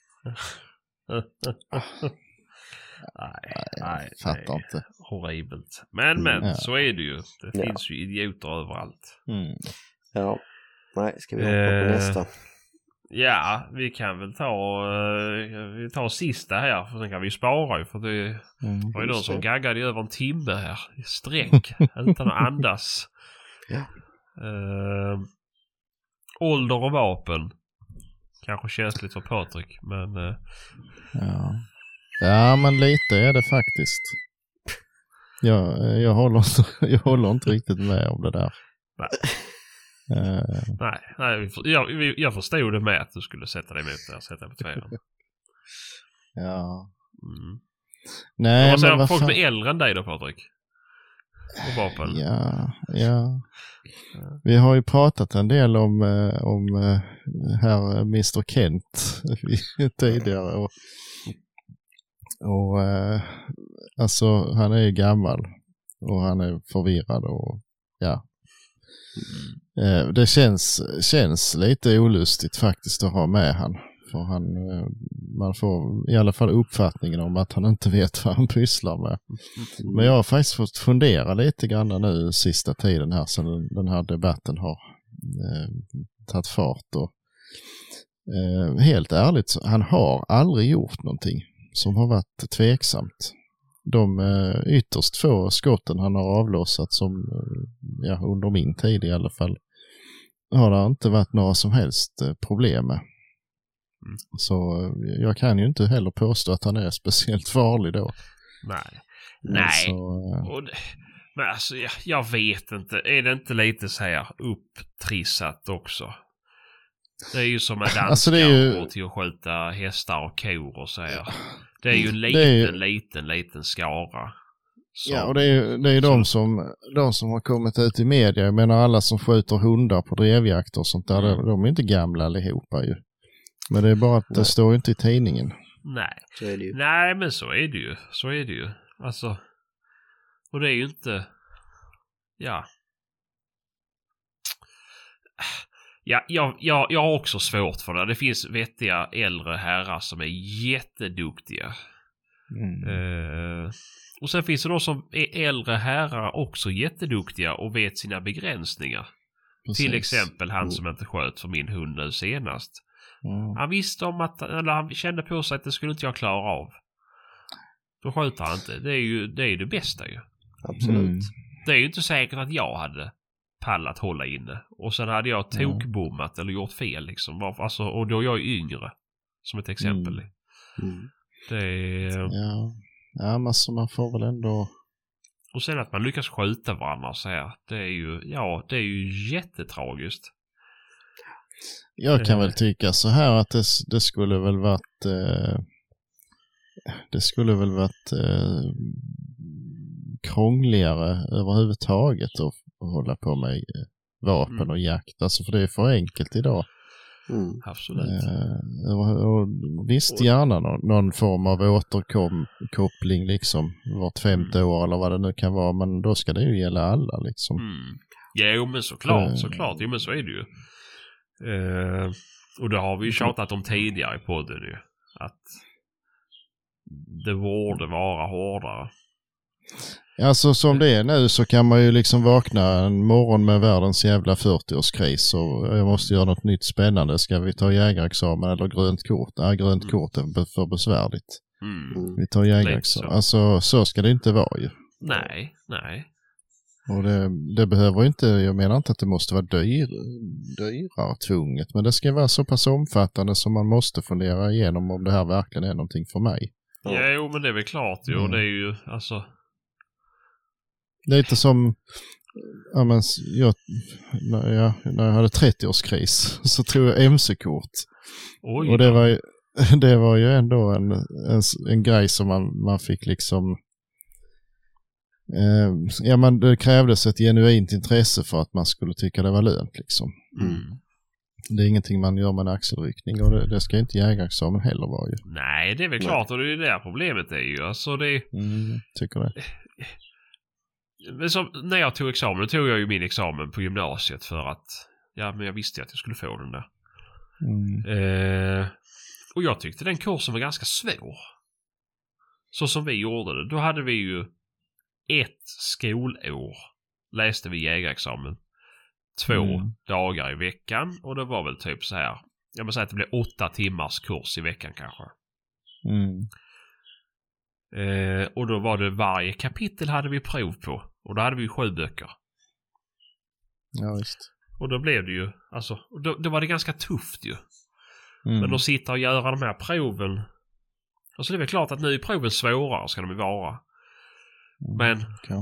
Nej, fattar inte. Horribelt. Men så är det ju. Det finns ju idioter överallt. Ja. Nej, ska vi hoppa på nästa? Ja, vi kan väl ta sista här, för sen kan vi spara ju, för det var ju någon som gaggade i över en timme här i sträck utan att andas. Ålder och vapen. Kanske känsligt för Patrik, men Ja, men lite är det faktiskt. Jag håller inte riktigt med om det där. Nej, jag förstod det med att du skulle sätta dig emot det. Sätta på tvären. Ja. Mm. Nej, men vad folk som är äldre än dig då, Patrik? Och vapen. Ja. Vi har ju pratat en del om här Mr. Kent tidigare. Och alltså han är ju gammal och han är förvirrad och ja. Det känns lite olustigt faktiskt att ha med han. För man får i alla fall uppfattningen om att han inte vet vad han pysslar med. Men jag har faktiskt fått fundera lite grann nu sista tiden här sen den här debatten har tagit fart. Och, helt ärligt, så, han har aldrig gjort någonting som har varit tveksamt. De ytterst få skotten han har avlossat som under min tid i alla fall har det inte varit några som helst problem med. Så jag kan ju inte heller påstå att han är speciellt farlig då. Nej. Men alltså jag vet inte. Är det inte lite så här upptrissat också? Det är ju som en danskar alltså går till att skjuta hästar och kor och så här. Det är ju en liten skara. Ja, och det är ju de som har kommit ut i media. Jag menar alla som skjuter hundar på drevjakt och sånt där. De är inte gamla allihopa ju. Men det är bara att det står inte i tidningen. Nej. Så är det ju. Nej, men så är det ju. Alltså. Och det är ju inte. Ja. Jag har också svårt för det. Det finns vettiga äldre herrar som är jätteduktiga. Och sen finns det de som är äldre herrar också jätteduktiga och vet sina begränsningar. Precis. Till exempel han som inte sköt för min hund nu senast. Han visste om att, eller han kände på sig att det skulle inte jag klara av. Då skjuter han inte. Det är ju det bästa ju. Absolut. Det är ju inte säkert att jag hade pallat hålla inne. Och sen hade jag tokbommat eller gjort fel liksom. Alltså, och då är jag yngre. Som ett exempel. Det är... Ja, men alltså man får väl ändå... Och sen att man lyckas skjuta varandra så här. Det är ju jättetragiskt. Jag kan väl tycka så här att det skulle väl varit krångligare överhuvudtaget att hålla på med vapen och jakt. Alltså för det är för enkelt idag. Absolut. Och visst gärna någon form av återkoppling liksom vart 50 år eller vad det nu kan vara, men då ska det ju gälla alla liksom. Jo men såklart. Jo men så är det ju. Och det har vi ju tjatat om tidigare i podden ju. Att det borde vara hårdare. Alltså som det är nu så kan man ju liksom vakna en morgon med världens jävla 40-årskris och jag måste göra något nytt spännande. Ska vi ta jägarexamen eller grönt kort? Nej, grönt kort är för besvärligt. Vi tar jägarexamen. Alltså så ska det inte vara ju. Nej. Och det behöver inte, jag menar inte att det måste vara dyrare tvunget, men det ska vara så pass omfattande som man måste fundera igenom om det här verkligen är någonting för mig. Ja, jo, men det är väl klart ju. Det är ju, alltså... Lite som när jag hade 30-årskris så tog jag MC-kort. Oj, och det var ju ändå en grej som man fick liksom det krävdes ett genuint intresse för att man skulle tycka det var lönt liksom. Det är ingenting man gör med en axelryckning och det ska inte jägarexamen heller vara ju. Nej, det är väl klart, och det är ju det problemet är ju. Alltså det... tycker det. Men som, när jag tog examen, då tog jag ju min examen på gymnasiet för att men jag visste att jag skulle få den där. Och jag tyckte den kursen var ganska svår. Så som vi gjorde det. Då hade vi ju 1 skolår läste vi jägarexamen 2 dagar i veckan, och det var väl typ så här, jag måste säga att det blev 8 timmars kurs i veckan kanske. Och då var det varje kapitel hade vi prov på, och då hade vi 7 böcker. Ja, visst. Och då blev det ju, alltså, då var det ganska tufft ju. Men att sitta och göra de här proven, alltså det är väl klart att nu är proven svårare ska de ju vara. Men Okay.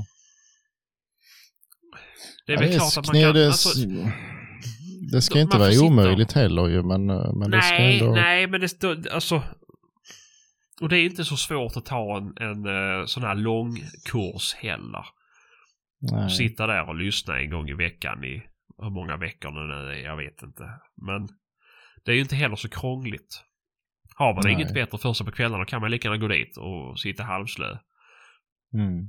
det är väl klart att man kan... Det ska inte vara omöjligt heller ju, men det ska ändå... Nej, men det står... Alltså, och det är inte så svårt att ta en sån här lång kurs heller. Nej. Sitta där och lyssna en gång i veckan i hur många veckor det nu är, jag vet inte. Men det är ju inte heller så krångligt. Har man inget bättre för sig på kvällarna kan man lika gärna gå dit och sitta halvslö. Mm.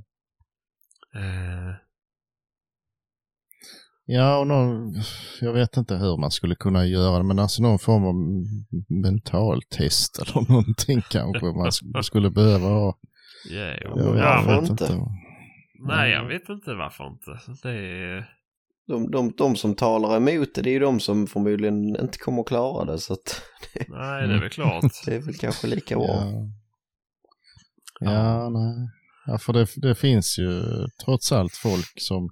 Ja, och jag vet inte hur man skulle kunna göra det, men alltså någon form av mentaltest eller någonting kanske man skulle behöva ha. Jag vet inte. Nej, jag vet inte varför inte. Det är... De som talar emot det är ju de som förmodligen inte kommer att klara det. Så att nej, det är väl klart. Det är väl kanske lika bra. Ja, nej. Ja, för det finns ju trots allt folk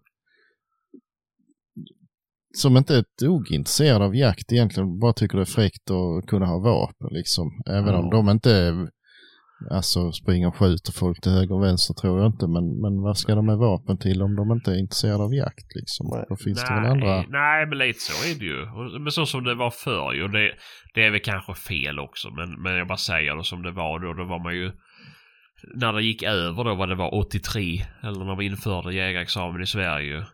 som inte är ett ointresserad av jakt egentligen, bara tycker det är fräckt att kunna ha vapen liksom. Även om de inte alltså springer och skjuter folk till höger och vänster tror jag inte, men vad ska de med vapen till om de inte är intresserade av jakt liksom? Då finns det väl andra... Nej, men lite så är det ju. Men så som det var förr ju, det är väl kanske fel också, men jag bara säger det som det var då var man ju, när det gick över då, vad det var 83, eller när vi införde jägarexamen i Sverige,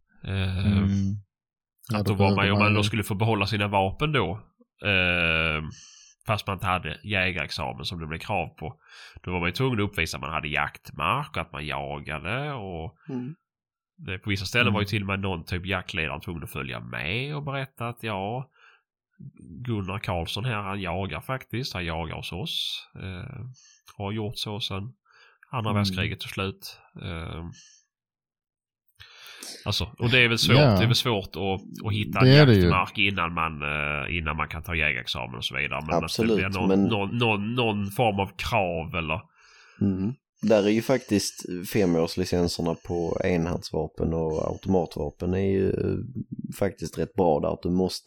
att då var man ju, om man då skulle få behålla sina vapen då, fast man inte hade jägarexamen som det blev krav på, då var man ju tvungen att uppvisa att man hade jaktmark och att man jagade och på vissa ställen var ju till och med någon typ jaktledare tvungen att följa med och berätta att Gunnar Karlsson här, han jagar faktiskt, han jagar hos oss, har gjort så sedan andra världskriget till slut. Alltså, och det är väl svårt, det är väl svårt att hitta en jaktmark innan man kan ta jägarexamen och så vidare. Men absolut, att det blir någon form av krav eller... Där är ju faktiskt 5-årslicenserna på enhandsvapen och automatvapen är ju faktiskt rätt bra där, att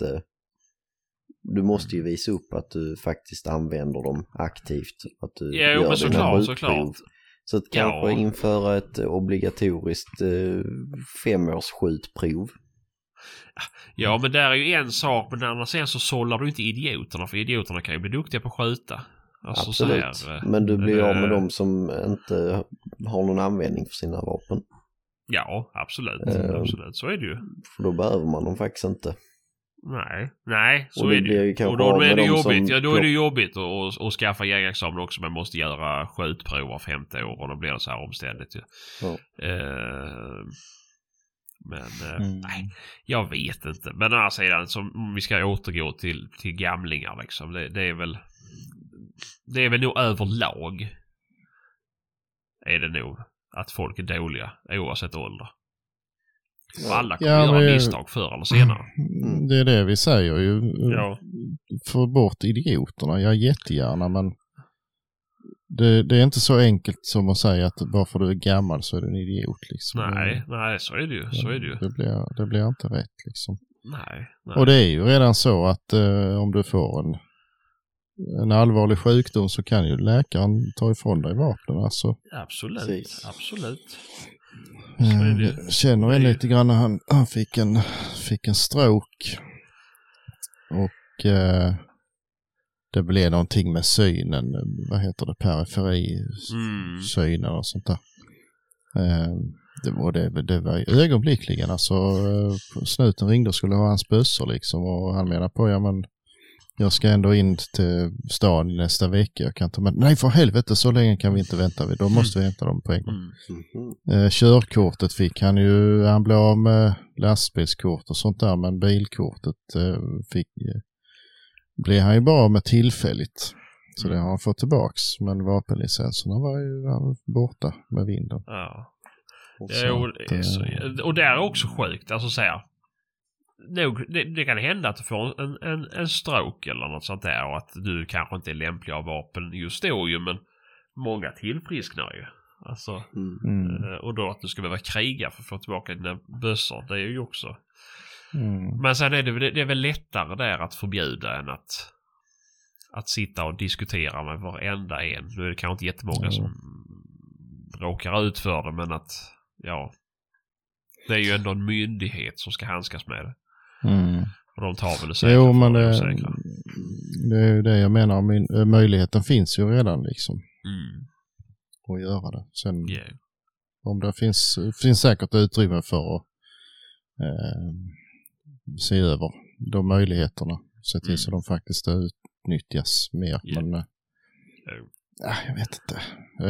du måste ju visa upp att du faktiskt använder dem aktivt, att du gör dina skjutprov. Så att kanske införa ett obligatoriskt 5-årsskjutprov. Ja, men där är ju en sak, men annars sen så sållar du inte idioterna, för idioterna kan ju bli duktiga på att skjuta. Alltså, absolut, så här, men du blir av med dem som inte har någon användning för sina vapen. Ja, absolut, absolut, så är det ju. För då behöver man dem faktiskt inte. Nej, så är det. Och då är det jobbigt. Då är det jobbigt att skaffa jägarexamen också, men måste göra skjutprov var 50 år och då blir det så här omständigt ju. Nej, jag vet inte. Men å andra sidan, om vi ska återgå till gamlingar liksom, det är väl nog överlag är det nog att folk är dåliga oavsett ålder. Och alla kommer göra misstag förr eller senare. Det är det vi säger ju. Få bort idioterna. Jag jättegärna, men det är inte så enkelt som att säga att bara för du är gammal så är du en idiot liksom. Nej, så är det ju. Så är det ju. Det blir inte rätt liksom. Nej. Och det är ju redan så att om du får en allvarlig sjukdom så kan ju läkaren ta ifrån dig vapnen. Alltså. Absolut. Jag känner en lite grann när han fick en stroke och det blev någonting med synen, vad heter det, periferisynen och sånt där. Det var ögonblickligen, alltså snuten ringde och skulle ha hans bössor liksom, och han menar på, men jag ska ändå in till stan nästa vecka. Jag kan ta med... Nej, för helvete, så länge kan vi inte vänta. Då måste vi hämta dem på en gång. Körkortet fick han ju. Han blev av med lastbilskort och sånt där. Men bilkortet blev han ju bara med tillfälligt. Så det har han fått tillbaks. Men vapenlicenserna var ju borta med vinden. Ja. Och det är också sjukt. Alltså så här. Det kan hända att du får en stroke eller något sånt där och att du kanske inte är lämplig av vapen just då ju, men många tillfrisknar ju. Alltså, och då att du ska behöva kriga för att få tillbaka dina bössor, det är ju också. Men sen är det är väl lättare där att förbjuda än att sitta och diskutera med varenda en. Nu är det kanske inte jättemånga som råkar ut för det, men att det är ju ändå en myndighet som ska handskas med det. Och de tar väl det säkert. Jo, men det är ju det jag menar. Möjligheten finns ju redan liksom. Att göra det. Sen om det finns säkert utrymme för att se över de möjligheterna. Se till så de faktiskt utnyttjas mer. Men jag vet inte.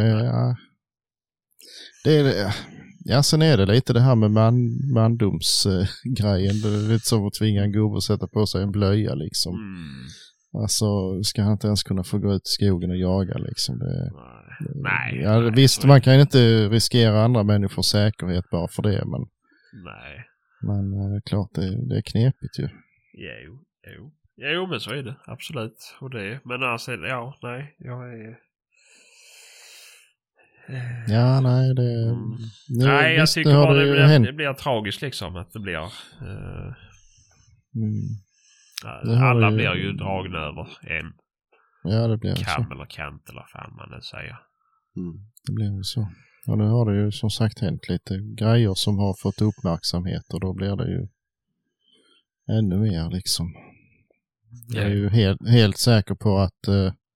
Sen är det lite det här med mandomsgrejen. Det är lite som att tvinga en gubbe att sätta på sig en blöja liksom. Alltså ska han inte ens kunna få gå ut i skogen och jaga liksom. Nej. Visst, man kan ju inte riskera andra människors säkerhet bara för det, men men klart det är knepigt ju. Jo, men så är det absolut. Och det, men alltså jag är nej, jag tycker bara det blir tragiskt liksom att det blir alla blir ju dragna över en det blir kam så. Eller kant eller fan man det säger. Det blir ju så. Och nu har det ju som sagt hänt lite grejer som har fått uppmärksamhet, och då blir det ju ännu mer liksom. Jag är ju helt säker på att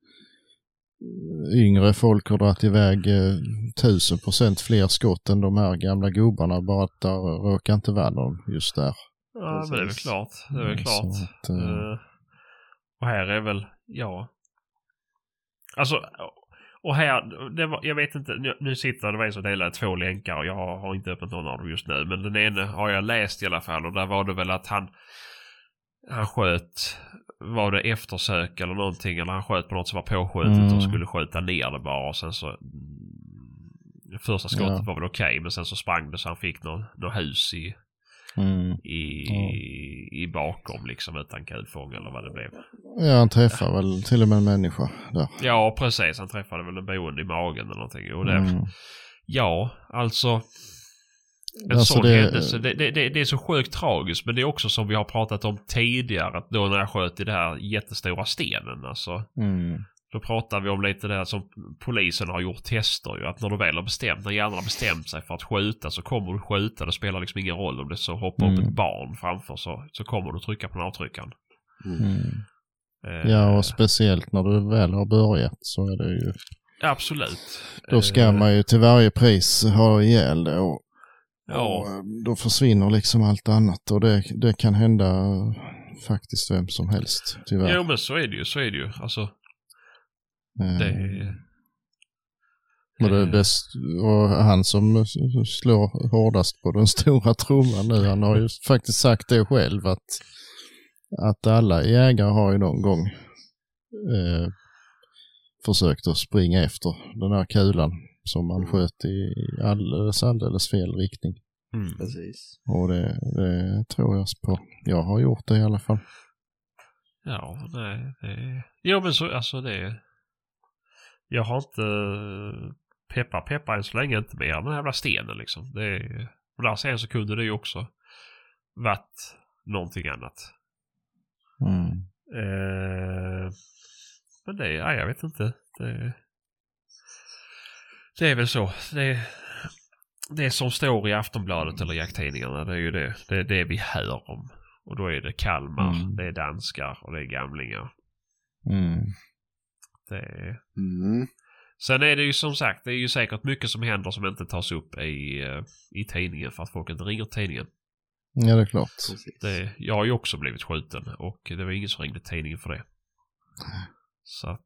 yngre folk har dragit iväg 1000% fler skott än de här gamla gubbarna, bara att där råkar inte vara någon just där. Ja, men det är väl klart. Att, och här är väl, alltså, och här, jag vet inte, nu sitter det en som delar 2 länkar och jag har inte öppnat någon av dem just nu, men den ena har jag läst i alla fall, och där var det väl att han sköt, var det eftersök eller någonting, eller han sköt på något som var påskjutet och skulle skjuta ner det bara, och sen så första skottet var väl okej, men sen så sprang det så han fick något hus i bakom liksom utan kulfång eller vad det blev. Ja, han träffade väl till och med en människa där. Ja, precis. Han träffade väl en boende i magen eller någonting. Och det, alltså sån händelse, det är så sjukt tragiskt, men det är också som vi har pratat om tidigare, att då när jag sköt i det här jättestora stenen, alltså då pratar vi om lite det här som polisen har gjort tester ju, att när du väl har bestämt, när hjärnan har bestämt sig för att skjuta, så kommer du skjuta, det spelar liksom ingen roll om det så hoppar upp ett barn framför, så kommer du trycka på den avtryckaren. Ja, och speciellt när du väl har börjat så är det ju absolut. Då ska man ju till varje pris ha ihjäl det, och då försvinner liksom allt annat, och det kan hända faktiskt vem som helst, tyvärr. Jo, men så är det ju. Alltså och han som slår hårdast på den stora trumman nu, han har ju faktiskt sagt det själv, att alla jägare har ju någon gång försökt att springa efter den här kulan som man sköt i alldeles fel riktning. Precis. Och det tror jag på. Jag har gjort det i alla fall. Ja, nej. Jo, men så, alltså jag har inte peppar än så länge, inte mer än den här jävla stenen liksom. Och där sen så kunde det ju också varit någonting annat. Men jag vet inte. Det är väl så. Det som står i Aftonbladet eller jakttidningarna, det är ju det. Det är det vi hör om. Och då är det Kalmar, det är danskar och det är gamlingar. Sen är det ju som sagt, det är ju säkert mycket som händer som inte tas upp i tidningen för att folk inte ringer tidningen. Ja, det är klart. Jag har ju också blivit skjuten och det var ingen som ringde tidningen för det. Så att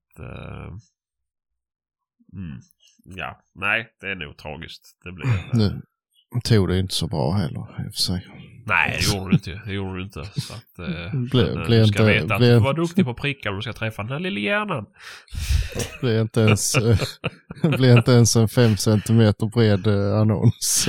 nej, det är nog tragiskt. Det blir tog det inte så bra heller i och för sig. Nej, det gjorde du inte. Så att du ska veta att du var duktig på prickar och du ska träffa den här lilla hjärnan. Blir inte ens en 5 centimeter bred annons.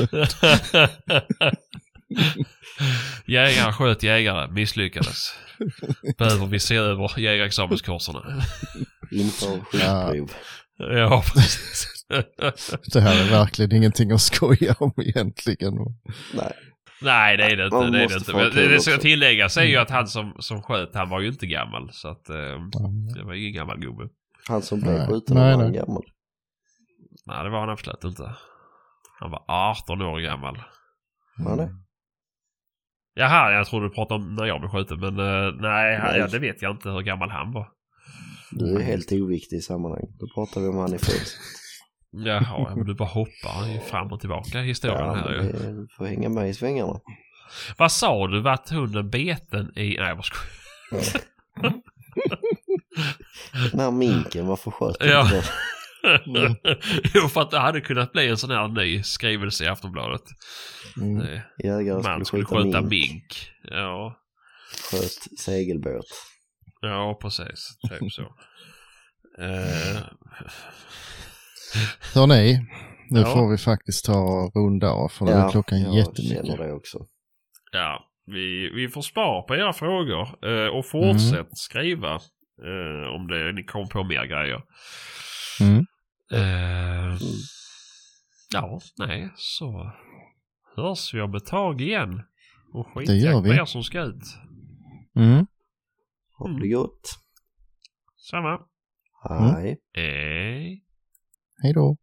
Jägare sköt jägare, misslyckades. Behöver vi se över jägarexamenskurserna. Inför skitprov. Ja, precis. Det här är verkligen ingenting att skoja om egentligen. Nej, det är det inte. Det ska tilläggas är ju att han som sköt, han var ju inte gammal. Så att det var ingen gammal gubbe. Han som blev skjuten var gammal. Nej, det var han absolut inte. Han var 18 år gammal. Var det? Jaha, jag trodde du pratade om när jag blev skjuten. Men nej. Ja, det vet jag inte hur gammal han var. Du är helt oviktig i sammanhang. Då pratar vi om han i född. Jaha, men du bara hoppar fram och tillbaka i historien här ju. Du får hänga med i svängarna. Vad sa du? Vart hunden beten i... Nej, vad skojar. Den här minken, varför sköt du Ja. inte Jo, för att det hade kunnat bli en sån här ny skrivelse i Aftonbladet. Jägare Man skulle skjuta mink. Ja. Sköt segelbåt. Ja, precis. Typ så. Hörrni, nu får vi faktiskt ta runda av för nu är klockan jättemycket. Jag känner det också. Ja, vi får spara på era frågor och fortsätt skriva om ni kommer på mer grejer. Ja, nej, så hörs vi om ett tag igen. Och skitjakt på er som ska ut. Ha det gott. Samma. Hej. Hej då.